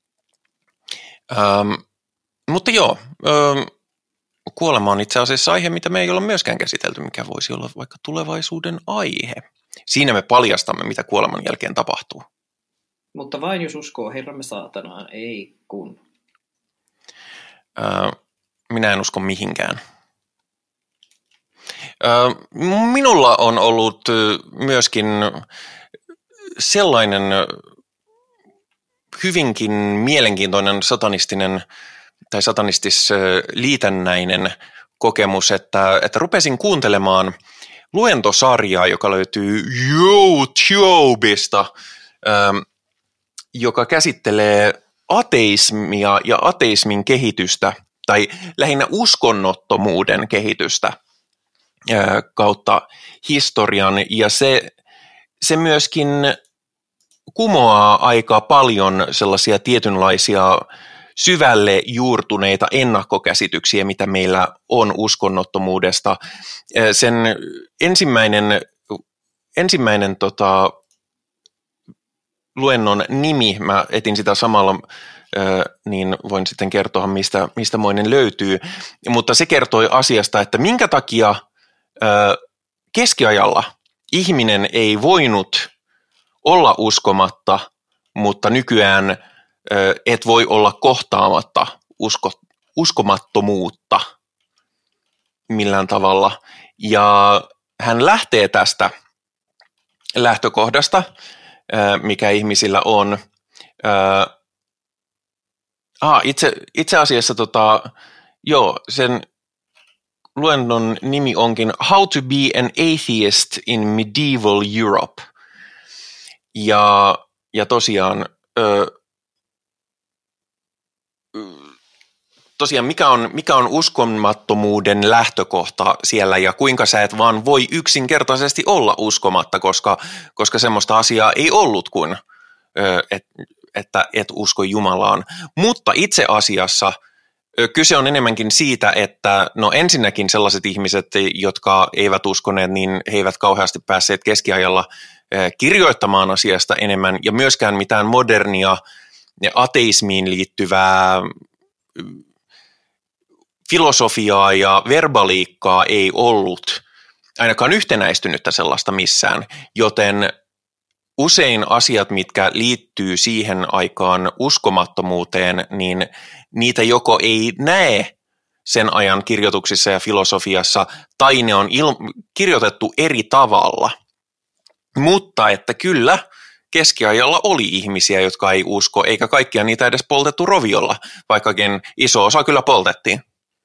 Ähm, mutta joo, ähm, kuolema on itse asiassa aihe, mitä me ei olla myöskään käsitelty, mikä voisi olla vaikka tulevaisuuden aihe. Siinä me paljastamme, mitä kuoleman jälkeen tapahtuu. Mutta vain jos uskoo Herramme saatanaan, ei kun. Äh, minä en usko mihinkään. Äh, minulla on ollut myöskin sellainen hyvinkin mielenkiintoinen satanistinen tai satanistis-liitännäinen kokemus, että, että rupesin kuuntelemaan luentosarjaa, joka löytyy YouTubesta, ähm, joka käsittelee ateismia ja ateismin kehitystä, tai lähinnä uskonnottomuuden kehitystä ää, kautta historian, ja se, se myöskin kumoaa aika paljon sellaisia tietynlaisia syvälle juurtuneita ennakkokäsityksiä, mitä meillä on uskonnottomuudesta. Sen ensimmäinen, ensimmäinen tota, luennon nimi, mä etin sitä samalla, niin voin sitten kertoa, mistä, mistä moinen löytyy, mutta se kertoi asiasta, että minkä takia keskiajalla ihminen ei voinut olla uskomatta, mutta nykyään et voi olla kohtaamatta usko, uskomattomuutta millään tavalla. Ja hän lähtee tästä lähtökohdasta, mikä ihmisillä on. Ah, itse, itse asiassa tota, joo, sen luennon nimi onkin How to be an Atheist in Medieval Europe. Ja, ja tosiaan, ö, tosiaan mikä, on, mikä on uskomattomuuden lähtökohta siellä ja kuinka sä et vaan voi yksinkertaisesti olla uskomatta, koska, koska semmoista asiaa ei ollut kuin, ö, et, että et usko Jumalaan. Mutta itse asiassa ö, kyse on enemmänkin siitä, että no ensinnäkin sellaiset ihmiset, jotka eivät uskoneet, niin he eivät kauheasti päässeet keskiajalla ö, kirjoittamaan asiasta enemmän ja myöskään mitään modernia ja ateismiin liittyvää filosofiaa ja verbaliikkaa ei ollut, ainakaan yhtenäistynyttä sellaista missään, joten usein asiat, mitkä liittyy siihen aikaan uskomattomuuteen, niin niitä joko ei näe sen ajan kirjoituksissa ja filosofiassa, tai ne on il- kirjoitettu eri tavalla. Mutta että kyllä, keskiajalla oli ihmisiä, jotka ei usko, eikä kaikkia niitä edes poltettu roviolla, vaikkakin iso osa kyllä poltettiin.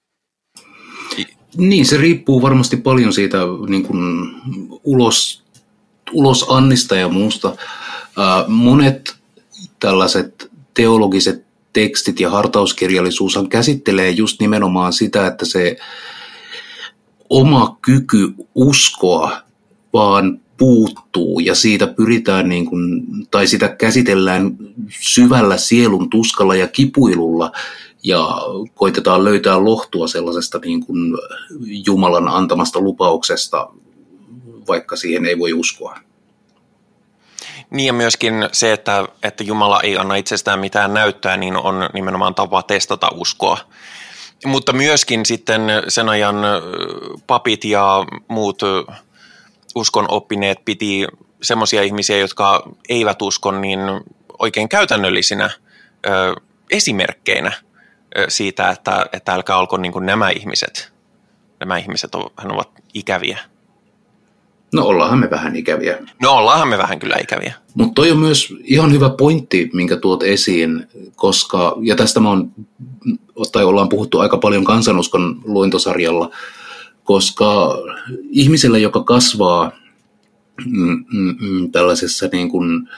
Niin, se riippuu varmasti paljon siitä niin kuin ulos, ulosannista ja muusta. Ää, monet tällaiset teologiset tekstit ja hartauskirjallisuushan käsittelee just nimenomaan sitä, että se oma kyky uskoa vaan puuttuu ja siitä pyritään niin kuin, tai sitä käsitellään syvällä sielun tuskalla ja kipuilulla ja koitetaan löytää lohtua sellaisesta niin kuin Jumalan antamasta lupauksesta, vaikka siihen ei voi uskoa. Niin ja myöskin se, että, että Jumala ei anna itsestään mitään näyttää, niin on nimenomaan tapa testata uskoa. Mutta myöskin sitten sen ajan papit ja muut uskon oppineet piti semmoisia ihmisiä, jotka eivät usko, niin oikein käytännöllisinä ö, esimerkkeinä ö, siitä, että, että älkää olko niin kuin nämä ihmiset. Nämä ihmiset ovat ikäviä. No ollaanhan me vähän ikäviä. No ollaanhan me vähän kyllä ikäviä. Mutta toi on myös ihan hyvä pointti, minkä tuot esiin, koska, ja tästä mä oon, tai ollaan puhuttu aika paljon kansanuskon luentosarjalla, koska ihmiselle, joka kasvaa mm, mm, tällaisessa niin kuin,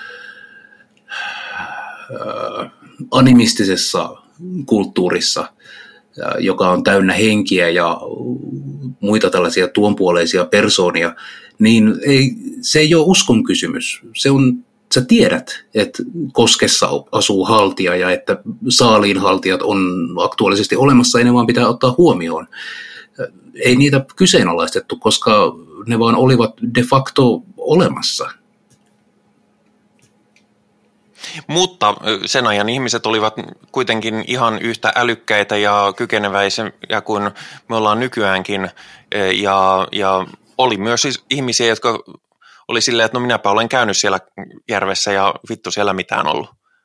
äh, animistisessa kulttuurissa, joka on täynnä henkiä ja muita tällaisia tuonpuoleisia persoonia, niin ei, se ei ole uskon kysymys. Se on, sä tiedät, että koskessa asuu haltija ja että saaliinhaltijat on aktuaalisesti olemassa ja ne vaan pitää ottaa huomioon. Ei niitä kyseenalaistettu, koska ne vaan olivat de facto olemassa. Mutta sen ajan ihmiset olivat kuitenkin ihan yhtä älykkäitä ja kykeneväisiä kuin me ollaan nykyäänkin. Ja, ja oli myös siis ihmisiä, jotka oli silleen, että no minäpä olen käynyt siellä järvessä ja vittu siellä mitään ollut.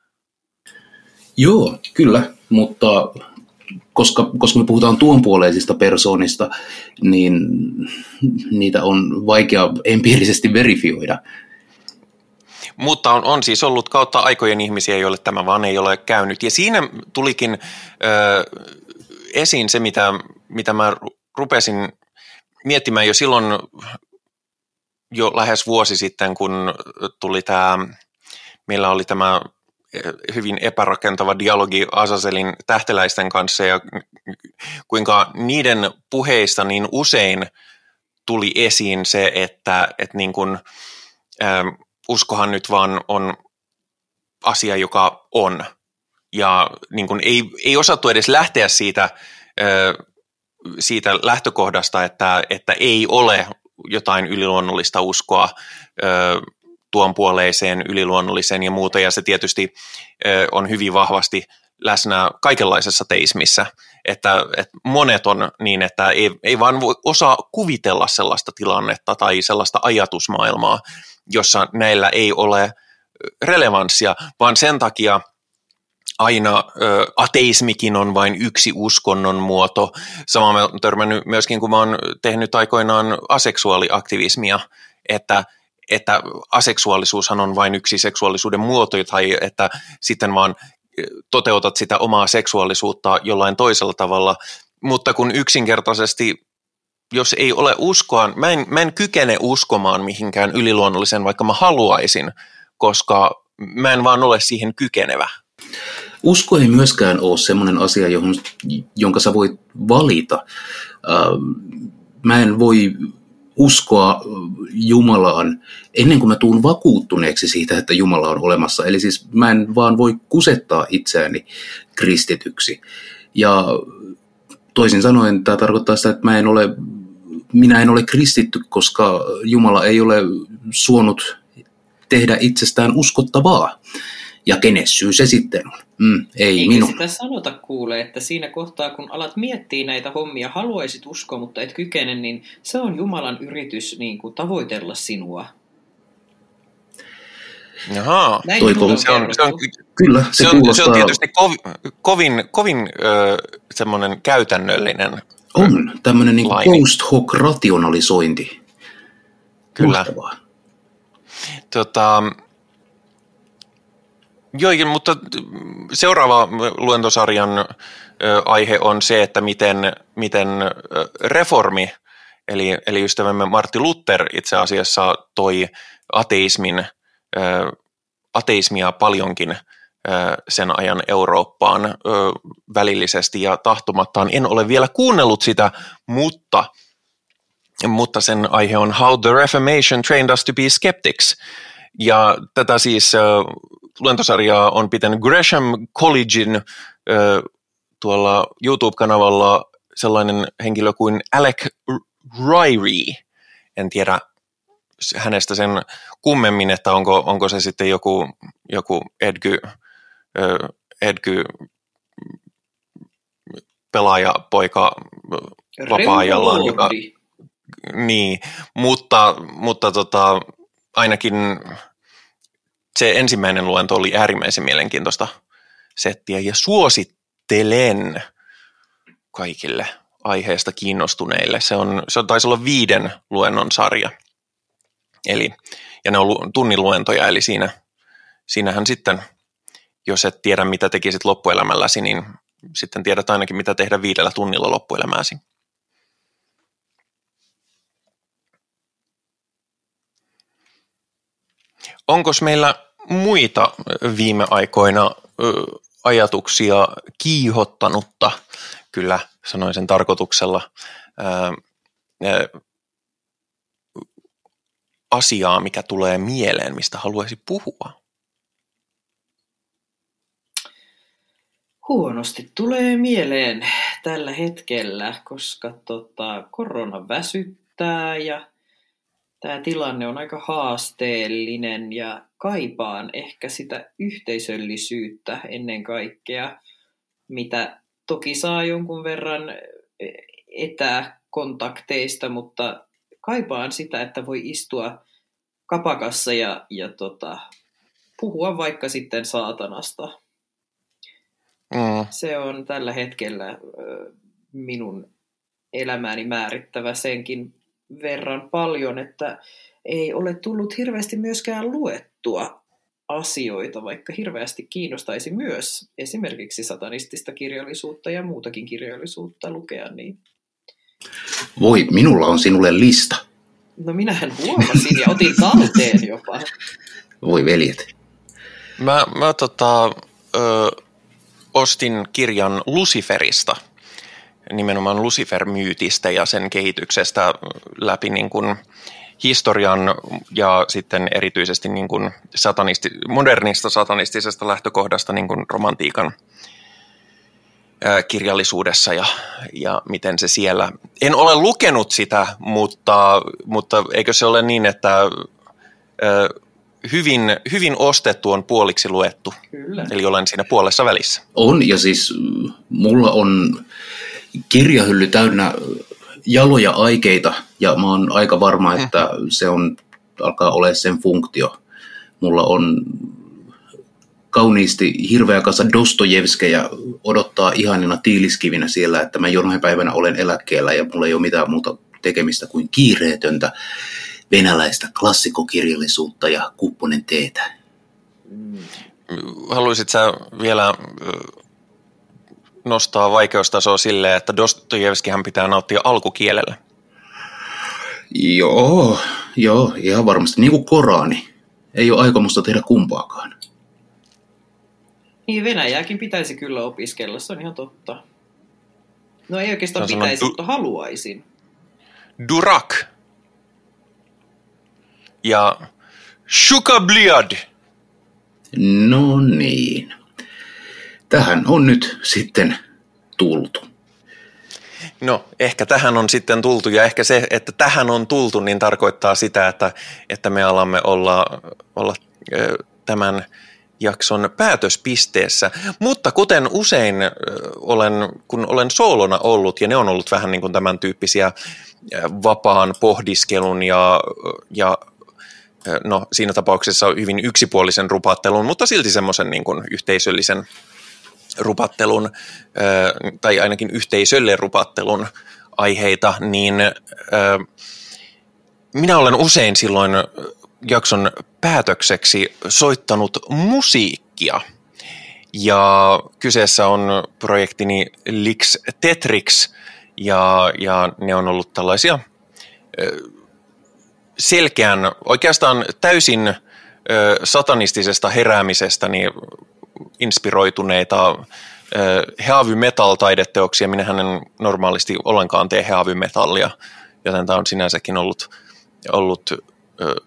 Joo, kyllä, mutta koska, koska me puhutaan tuonpuoleisista persoonista, niin niitä on vaikea empiirisesti verifioida. Mutta on, on siis ollut kautta aikojen ihmisiä, joille tämä vaan ei ole käynyt. Ja siinä tulikin ö, esiin se, mitä, mitä mä rupesin miettimään jo silloin, jo lähes vuosi sitten, kun tuli tämä, meillä oli tämä hyvin epärakentava dialogi Azazelin tähteläisten kanssa ja kuinka niiden puheista niin usein tuli esiin se, että, että niin kuin, ö, uskohan nyt vaan on asia, joka on. Ja niin kuin ei, ei osattu edes lähteä siitä, siitä lähtökohdasta, että, että ei ole jotain yliluonnollista uskoa tuonpuoleiseen, yliluonnolliseen ja muuta. Ja se tietysti on hyvin vahvasti läsnä kaikenlaisessa teismissä. Että, että monet on niin, että ei, ei vaan voi osaa kuvitella sellaista tilannetta tai sellaista ajatusmaailmaa, jossa näillä ei ole relevanssia, vaan sen takia aina ö, ateismikin on vain yksi uskonnon muoto. Sama mä oon törmännyt myöskin, kun mä oon tehnyt aikoinaan aseksuaaliaktivismia, että, että aseksuaalisuushan on vain yksi seksuaalisuuden muoto, tai että sitten vaan toteutat sitä omaa seksuaalisuutta jollain toisella tavalla, mutta kun yksinkertaisesti jos ei ole uskoa, mä en, mä en kykene uskomaan mihinkään yliluonnollisen, vaikka mä haluaisin, koska mä en vaan ole siihen kykenevä. Usko ei myöskään ole semmoinen asia, johon, jonka sä voit valita. Mä en voi uskoa Jumalaan ennen kuin mä tuun vakuuttuneeksi siitä, että Jumala on olemassa. Eli siis mä en vaan voi kusettaa itseäni kristityksi. Ja toisin sanoen tämä tarkoittaa sitä, että mä en ole, minä en ole kristitty, koska Jumala ei ole suonut tehdä itsestään uskottavaa. Ja kenen syy se sitten on? Mm, ei Eikä minun. sitä sanota kuule, että siinä kohtaa kun alat miettiä näitä hommia, haluaisit uskoa, mutta et kykene, niin se on Jumalan yritys niin kuin tavoitella sinua. Jaha, Toiko, se on, se on, kyllä, se, se, on, kuulostaa... se on tietysti kovin, kovin, kovin ö, semmoinen käytännöllinen. On, tämmöinen niin post hoc rationalisointi. Kyllä. Tota, joo, mutta seuraava luentosarjan ö, aihe on se, että miten, miten ö, reformi, eli, eli ystävämme Martti Luther itse asiassa toi ateismin, ö, ateismia paljonkin ö, sen ajan Eurooppaan ö, välillisesti ja tahtomattaan. En ole vielä kuunnellut sitä, mutta, mutta sen aihe on How the Reformation Trained Us to be Skeptics. Ja tätä siis ö, luentosarjaa on pitänyt Gresham Collegein ö, tuolla YouTube-kanavalla sellainen henkilö kuin Alec Ryrie. En tiedä hänestä sen kummemmin, että onko, onko se sitten joku, joku Edgy, Edgy pelaajapoika vapaa-ajallaan. Joka, niin, mutta, mutta tota, ainakin se ensimmäinen luento oli äärimmäisen mielenkiintoista settiä ja suosittelen kaikille aiheesta kiinnostuneille. Se on, se taisi olla viiden luennon sarja. Eli, ja ne on tunnin luentoja, eli siinä, siinähän sitten, jos et tiedä mitä tekisit loppuelämälläsi, niin sitten tiedät ainakin mitä tehdä viidellä tunnilla loppuelämääsi. Onkos meillä muita viime aikoina ö, ajatuksia kiihottanutta, kyllä sanoin sen tarkoituksella, ö, ö, asiaa, mikä tulee mieleen, mistä haluaisi puhua? Huonosti tulee mieleen tällä hetkellä, koska tota, korona väsyttää ja tämä tilanne on aika haasteellinen ja kaipaan ehkä sitä yhteisöllisyyttä ennen kaikkea, mitä toki saa jonkun verran etäkontakteista, mutta kaipaan sitä, että voi istua kapakassa ja, ja tota, puhua vaikka sitten saatanasta. Mm. Se on tällä hetkellä ö, minun elämääni määrittävä senkin verran paljon, että ei ole tullut hirveästi myöskään luettua asioita, vaikka hirveästi kiinnostaisi myös esimerkiksi satanistista kirjallisuutta ja muutakin kirjallisuutta lukea. Niin. Voi, minulla on sinulle lista. No minähän huomasin ja otin talteen jopa. Voi veljet. Mä, mä tota, ö, ostin kirjan Luciferista, nimenomaan Lucifer-myytistä ja sen kehityksestä läpi niin kuin historian ja sitten erityisesti niin kuin satanisti, modernista satanistisesta lähtökohdasta niin kuin romantiikan ää, kirjallisuudessa ja, ja miten se siellä. En ole lukenut sitä, mutta, mutta eikö se ole niin, että ää, hyvin, hyvin ostettu on puoliksi luettu. Kyllä. Eli olen siinä puolessa välissä. On, ja siis mulla on kirjahylly täynnä jaloja aikeita, ja mä oon aika varma, että se on, alkaa olla sen funktio. Mulla on kauniisti hirveä kasa Dostojevskeja odottaa ihanina tiiliskivinä siellä, että mä jonain päivänä olen eläkkeellä ja mulla ei ole mitään muuta tekemistä kuin kiireetöntä venäläistä klassikokirjallisuutta ja kupponen teetä. Haluaisit sä vielä nostaa vaikeustasoa silleen, että Dostojevskihan pitää nauttia alkukielellä? Joo, joo, ihan varmasti. Niin kuin Korani. Ei ole aikomusta tehdä kumpaakaan. Niin, venäjääkin pitäisi kyllä opiskella, se on ihan totta. No ei oikeastaan pitäisi, du- mutta haluaisin. Durak. Ja Shukabliad. No niin. Tähän on nyt sitten tultu. No, ehkä tähän on sitten tultu, ja ehkä se, että tähän on tultu, niin tarkoittaa sitä, että, että me alamme olla, olla tämän jakson päätöspisteessä. Mutta kuten usein olen, kun olen soolona ollut, ja ne on ollut vähän niin kuin tämän tyyppisiä vapaan pohdiskelun ja, ja no, siinä tapauksessa hyvin yksipuolisen rupattelun, mutta silti semmoisen niin kuin yhteisöllisen rupattelun tai ainakin yhteisölle rupattelun aiheita, niin minä olen usein silloin jakson päätökseksi soittanut musiikkia. Ja kyseessä on projektini Lix Tetrix, ja, ja ne on ollut tällaisia selkeän, oikeastaan täysin satanistisesta heräämisestä niin inspiroituneita heavy metal-taideteoksia. Minähän en normaalisti ollenkaan tee heavy metallia, joten tämä on sinänsäkin ollut, ollut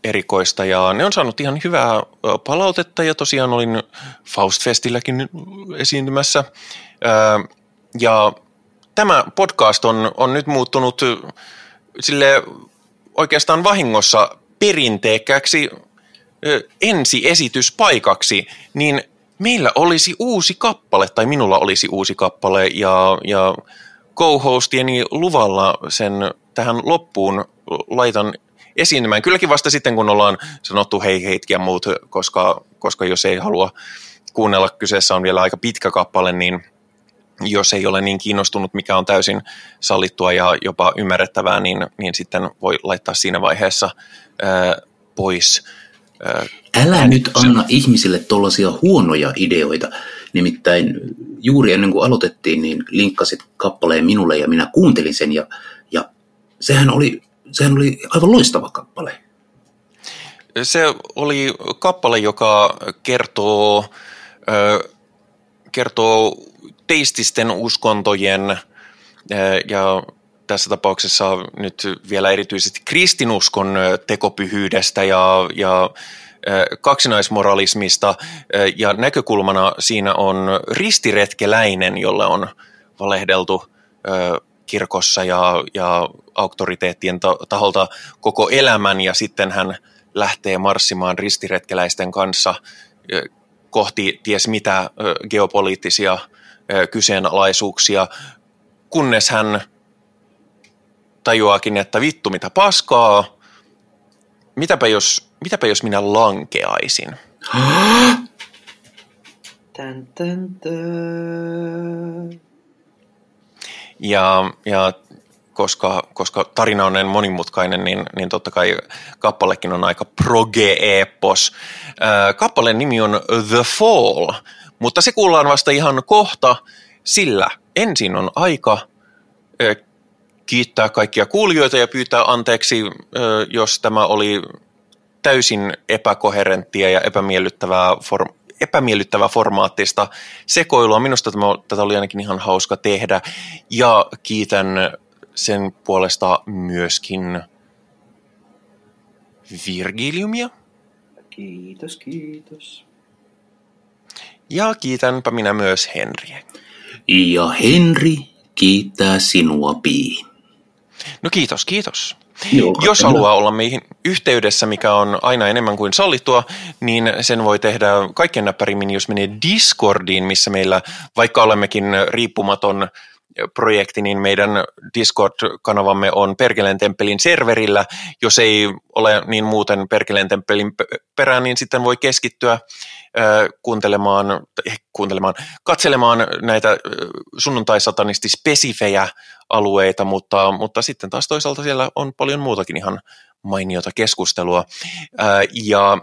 erikoista ja ne on saanut ihan hyvää palautetta ja tosiaan olin Faustfestilläkin esiintymässä. Ja tämä podcast on, on nyt muuttunut sille oikeastaan vahingossa perinteekkäksi ensiesityspaikaksi, niin meillä olisi uusi kappale, tai minulla olisi uusi kappale, ja, ja co-hostieni luvalla sen tähän loppuun laitan esiintymään. Kylläkin vasta sitten, kun ollaan sanottu hei heitkin ja muut, koska, koska jos ei halua kuunnella, kyseessä on vielä aika pitkä kappale, niin jos ei ole niin kiinnostunut, mikä on täysin sallittua ja jopa ymmärrettävää, niin, niin sitten voi laittaa siinä vaiheessa ää, pois. Ää, Älä ään... nyt anna ihmisille tuollaisia huonoja ideoita. Nimittäin juuri ennen kuin aloitettiin, niin linkkasit kappaleen minulle ja minä kuuntelin sen ja, ja sehän, oli, sehän oli aivan loistava kappale. Se oli kappale, joka kertoo, äh, kertoo teististen uskontojen ja tässä tapauksessa nyt vielä erityisesti kristinuskon tekopyhyydestä ja, ja kaksinaismoralismista, ja näkökulmana siinä on ristiretkeläinen, jolle on valehdeltu kirkossa ja, ja auktoriteettien taholta koko elämän, ja sitten hän lähtee marssimaan ristiretkeläisten kanssa kohti ties mitä geopoliittisia kyseenalaisuuksia, kunnes hän tajuaakin, että vittu mitä paskaa, mitäpä jos, mitäpä jos minä lankeaisin. Tän, tän, tän. Ja, ja koska, koska tarina on näin monimutkainen, niin, niin totta kai kappalekin on aika proge-epos. Kappaleen nimi on The Fall, mutta se kuullaan vasta ihan kohta, sillä ensin on aika kiittää kaikkia kuulijoita ja pyytää anteeksi, jos tämä oli täysin epäkoherenttia ja epämiellyttävää, form- epämiellyttävää formaattista sekoilua. Minusta tämä, tätä oli ainakin ihan hauska tehdä, ja kiitän sen puolesta myöskin Virgiliumia. Kiitos, kiitos. Ja kiitänpä minä myös Henriä. Ja Henri kiittää sinua, Pii. No kiitos, kiitos. Joo, Jos haluaa minä. olla meihin yhteydessä, mikä on aina enemmän kuin sallittua, niin sen voi tehdä kaikkein näppärimmin, jos menee Discordiin, missä meillä, vaikka olemmekin riippumaton projekti, niin meidän Discord-kanavamme on Perkeleen temppelin serverillä. Jos ei ole niin muuten Perkeleen temppelin perään, niin sitten voi keskittyä äh, kuuntelemaan, eh, kuuntelemaan, katselemaan näitä äh, sunnuntai-satanisti-spesifejä alueita, mutta, mutta sitten taas toisaalta siellä on paljon muutakin ihan mainiota keskustelua. Äh, ja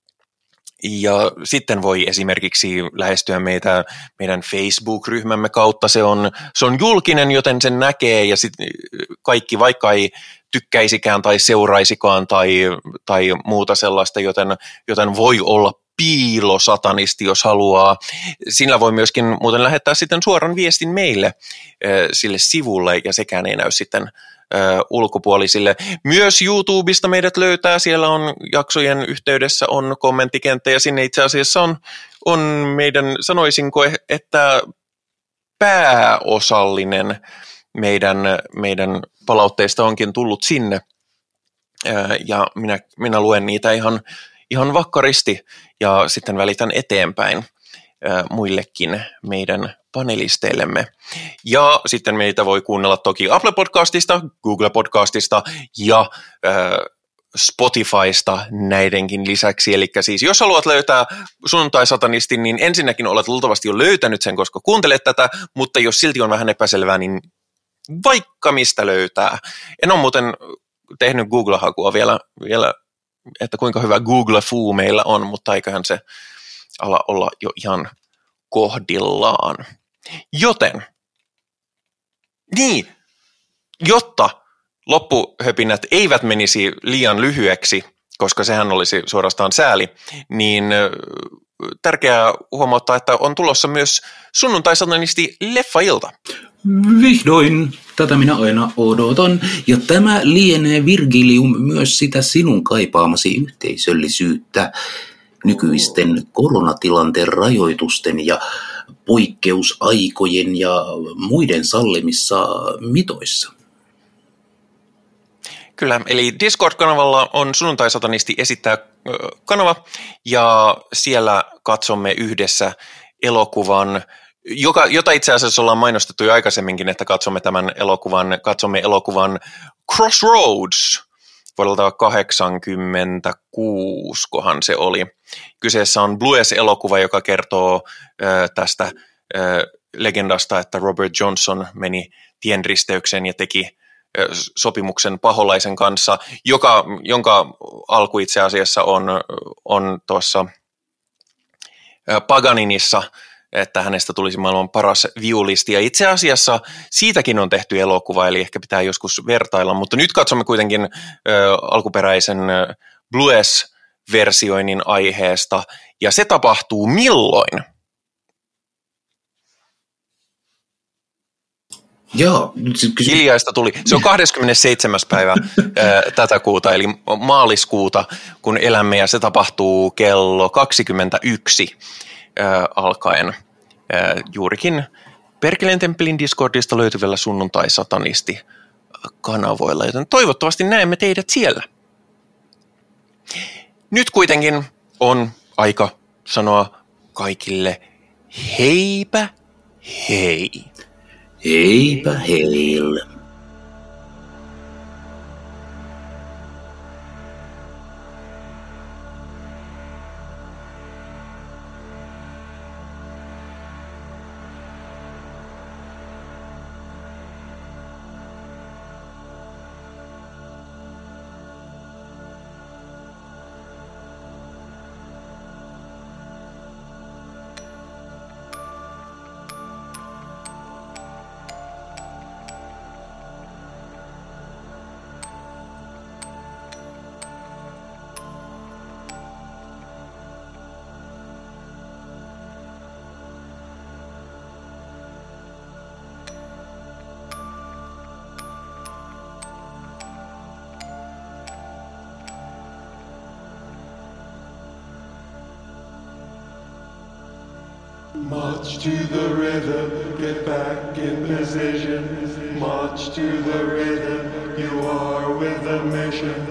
Ja sitten voi esimerkiksi lähestyä meitä meidän Facebook-ryhmämme kautta. Se on, se on julkinen, joten sen näkee, ja sit kaikki, vaikka ei tykkäisikään tai seuraisikaan tai, tai muuta sellaista, joten, joten voi olla piilosatanisti, jos haluaa. Sillä voi myöskin muuten lähettää sitten suoran viestin meille sille sivulle, ja sekään ei näy sitten Ö, ulkopuolisille. Myös YouTubesta meidät löytää, siellä on jaksojen yhteydessä on kommenttikenttä, ja sinne itse asiassa on, on meidän, sanoisinko, että pääosallinen meidän, meidän palautteista onkin tullut sinne, ö, ja minä, minä luen niitä ihan, ihan vakkaristi, ja sitten välitän eteenpäin ö, muillekin meidän panelisteillemme. Ja sitten meitä voi kuunnella toki Apple Podcastista, Google Podcastista ja äh, Spotifysta näidenkin lisäksi. Eli siis jos haluat löytää Sunnuntai-satanistin, niin ensinnäkin olet luultavasti jo löytänyt sen, koska kuuntelet tätä, mutta jos silti on vähän epäselvää, niin vaikka mistä löytää. En ole muuten tehnyt Google-hakua vielä, vielä että kuinka hyvä Google-fuu meillä on, mutta eiköhän se ala olla jo ihan kohdillaan. Joten, niin, jotta loppuhöpinät eivät menisi liian lyhyeksi, koska sehän olisi suorastaan sääli, niin tärkeää huomauttaa, että on tulossa myös sunnuntai-satanisti leffailta. Vihdoin Tätä minä aina odotan. Ja tämä lienee, Virgilium, myös sitä sinun kaipaamasi yhteisöllisyyttä nykyisten koronatilanteen rajoitusten ja poikkeusaikojen ja muiden sallimissa mitoissa. Kyllä, eli Discord-kanavalla on Sunnuntai-satanisti esittää kanava, ja siellä katsomme yhdessä elokuvan, joka, jota itse asiassa ollaan mainostettu jo aikaisemminkin, että katsomme tämän elokuvan, katsomme elokuvan Crossroads vuodelta kahdeksankymmentäkuusi, kohan se oli. Kyseessä on Blues-elokuva, joka kertoo äh, tästä äh, legendasta, että Robert Johnson meni tienristeykseen ja teki sopimuksen paholaisen kanssa, joka, jonka alku itse asiassa on, on tuossa Paganinissa, että hänestä tulisi maailman paras viulisti. Ja itse asiassa siitäkin on tehty elokuva, eli ehkä pitää joskus vertailla, mutta nyt katsomme kuitenkin ö, alkuperäisen Blues-versioinnin aiheesta, ja se tapahtuu milloin? Joo. Hiljaista tuli. Se on kahdeskymmenesseitsemäs päivä ää, tätä kuuta, eli maaliskuuta, kun elämme, ja se tapahtuu kello kaksikymmentäyksi ää, alkaen ää, juurikin Perkeleen temppelin Discordista löytyvällä Sunnuntai-satanisti-kanavoilla, joten toivottavasti näemme teidät siellä. Nyt kuitenkin on aika sanoa kaikille heipä hei. Heipä heille. March to the rhythm, get back in position. March to the rhythm, you are with a mission.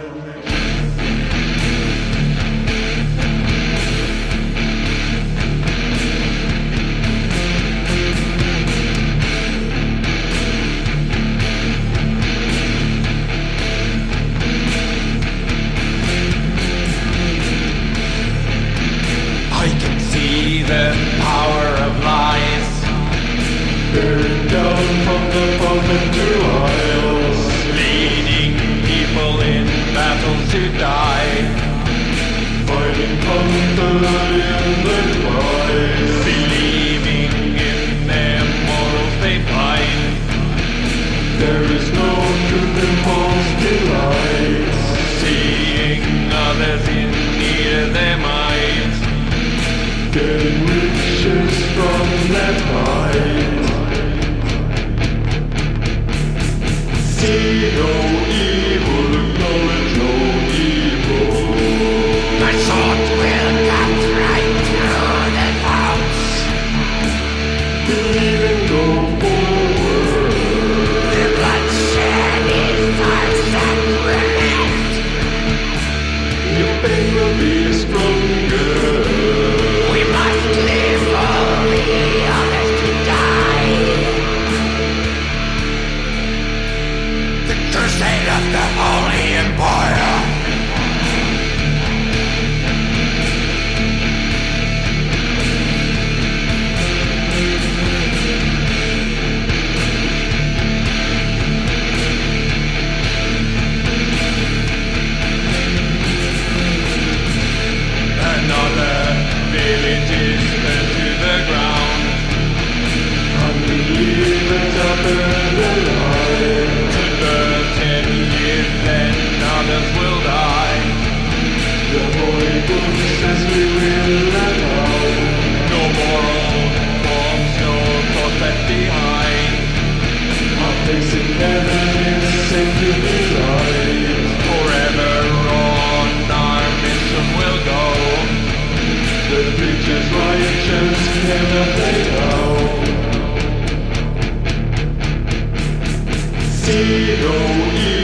I can see the power of lies Bearing down from the pulpit to aisles, leading people in battle to die, fighting constantly in the twice, believing in their morals they find. There is no truth in false delights, Seeing others in need of their minds, getting riches from that height. See no evil, acknowledge no evil. my sword will cut right through the clouds. Believe and go forward. The bloodshed is our sacrament. Your faith will be stronger. We must live for the others to die. The curse facing heaven in a singular life. Forever on our mission will go. The preacher's righteous never fade out. See no evil.